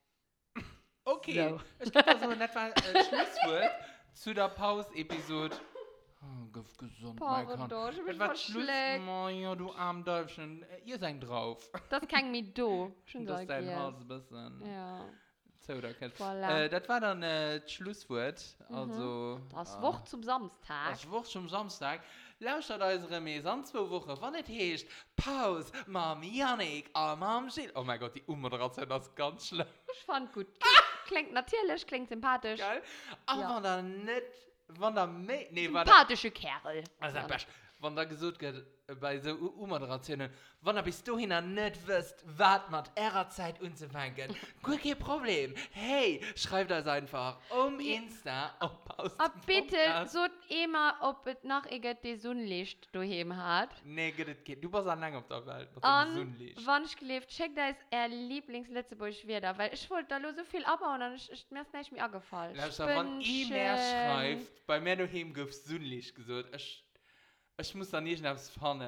Okay, So. ich glaube, das war in etwa äh, Schlusswort zu der Pause-Episode. Oh, ge- gesund, mein Gott. Pardon, ich bin Das war Schluss. verschleckt. Oh, ja, du arm Däufchen. Äh, Ihr seid drauf. Das kann mir do. Schon Das so ist dein yes. Hals ein bisschen. Ja. So, da kennt. Voilà. Äh, das war dann äh, das Schlusswort. Also. Das äh, Wort zum Samstag. Das Wort zum Samstag. Lauscht unsere Mese an zwei Wochen, wann es heißt Pause, Mam Janik, ah, Mam Gilles. Oh mein Gott, die Ummoderation ist ganz schlimm. Ich fand gut. Klingt natürlich, klingt sympathisch. Geil. Aber Ja. wenn da nicht, wenn da mehr, nee, wenn da, Sympathische Kerl. also best, wenn da gesagt wird, äh, bei so U- Umoderationen, wenn da bis dahin noch nicht wisst, was mit ihrer Zeit anzufangen, gut, kein Problem. Hey, schreibt das einfach um Insta, auf Pause. Aber bitte, so immer, ob es nach irgendwie Sonnenlicht daheim hat. Nee, geht es geht. Du bist an lange auf der Welt, mit dem Und Sonnenlicht. wenn ich gelebt, check da ist er Lieblings-Letzteburg wieder, weil ich wollte da nur so viel abbauen und ich, ich, mir ist nicht mehr angefallen. Lauscht, wenn ich mehr schreibt, bei mir daheim gibt es Sonnenlicht gesagt, ich, ich muss da nicht aufs Pfannen,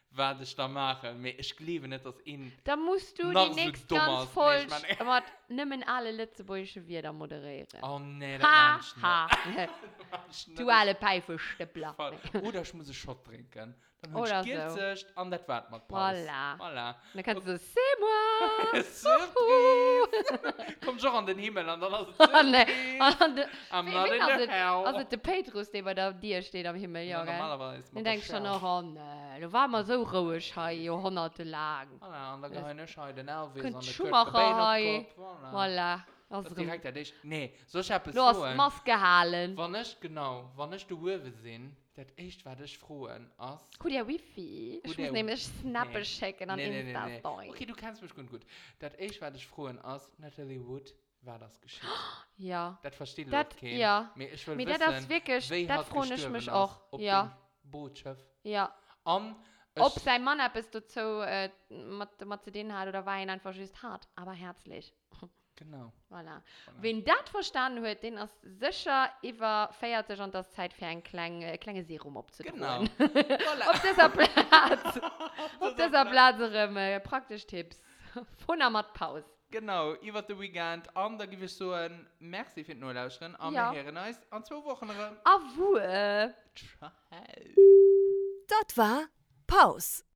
was ich da mache. Aber ich glaube nicht, dass ihn Da musst du noch die so nächste dumm ganz ist. voll, Nee, ich meine- aber nimm alle Lützebäuische wieder moderieren. Oh nee, das Ha, mach ich ha. nicht. Das mach ich nicht. Du alle Pfeifenstippler. Voll. Oder ich muss einen Shot trinken. Dann hol Oder ich so. Gilzicht und das wird mit Pause. Voilà. Voilà. Dann kannst du, c'est moi. Surprise! Komm schon an den Himmel und dann hast du Oh, nee. Surprise. Und, äh, I'm wie- not wie in also- the hell. Also der Petrus, der bei dir steht am Himmel, ja, Ja, gell? normalerweise. Dann denkst du noch, oh nee, du warst mal so ruhig, hey, jahrhundertelang. Voilà, und dann gehen wir schon den Elvis Könnt und den Schumacher, Kurt Cobain auf hey. den Kopf. Voilà. Voilà. Das Also, ist direkt der dich. Nee, so ich habe es du hast so. Maske halen. Wenn ich, genau, wenn ich die Uhr sehen, das echt werde ich frohen, als... Gut, ja, Wifi. Ich Gut, muss ja, nämlich Snappe nee. checken an Nee, nee, nee, nee. Insta-Story. Okay, du kennst mich gut, gut. Das echt werde ich frohen, als Natalie Wood war das geschieht. Ja. Das versteht Das, doch keiner. ja. Aber ich will Mir wissen, das wirklich, wer das hat freue ich gestorben mich ist auch. auf Ja. dem Bootschiff. Ja. Und Ob ich- sein Mann etwas dazu äh, mit, mit zu denen hat oder war ihn einfach just hart, aber herzlich. Genau. Voilà. Voilà. Wenn das verstanden hat, den ist sicher über feiert sich und das Zeit für ein klein, äh, kleines Serum abzudrehen. Genau. Auf Voilà. dieser Platz, auf dieser Platz äh, praktisch Tipps von einer Pause. Genau, über den Weekend. Und da gebe ich so ein Merci für den Nurlauschen. Und Ja. wir hören uns an zwei Wochen. Au revoir. Ciao. Das war Pause.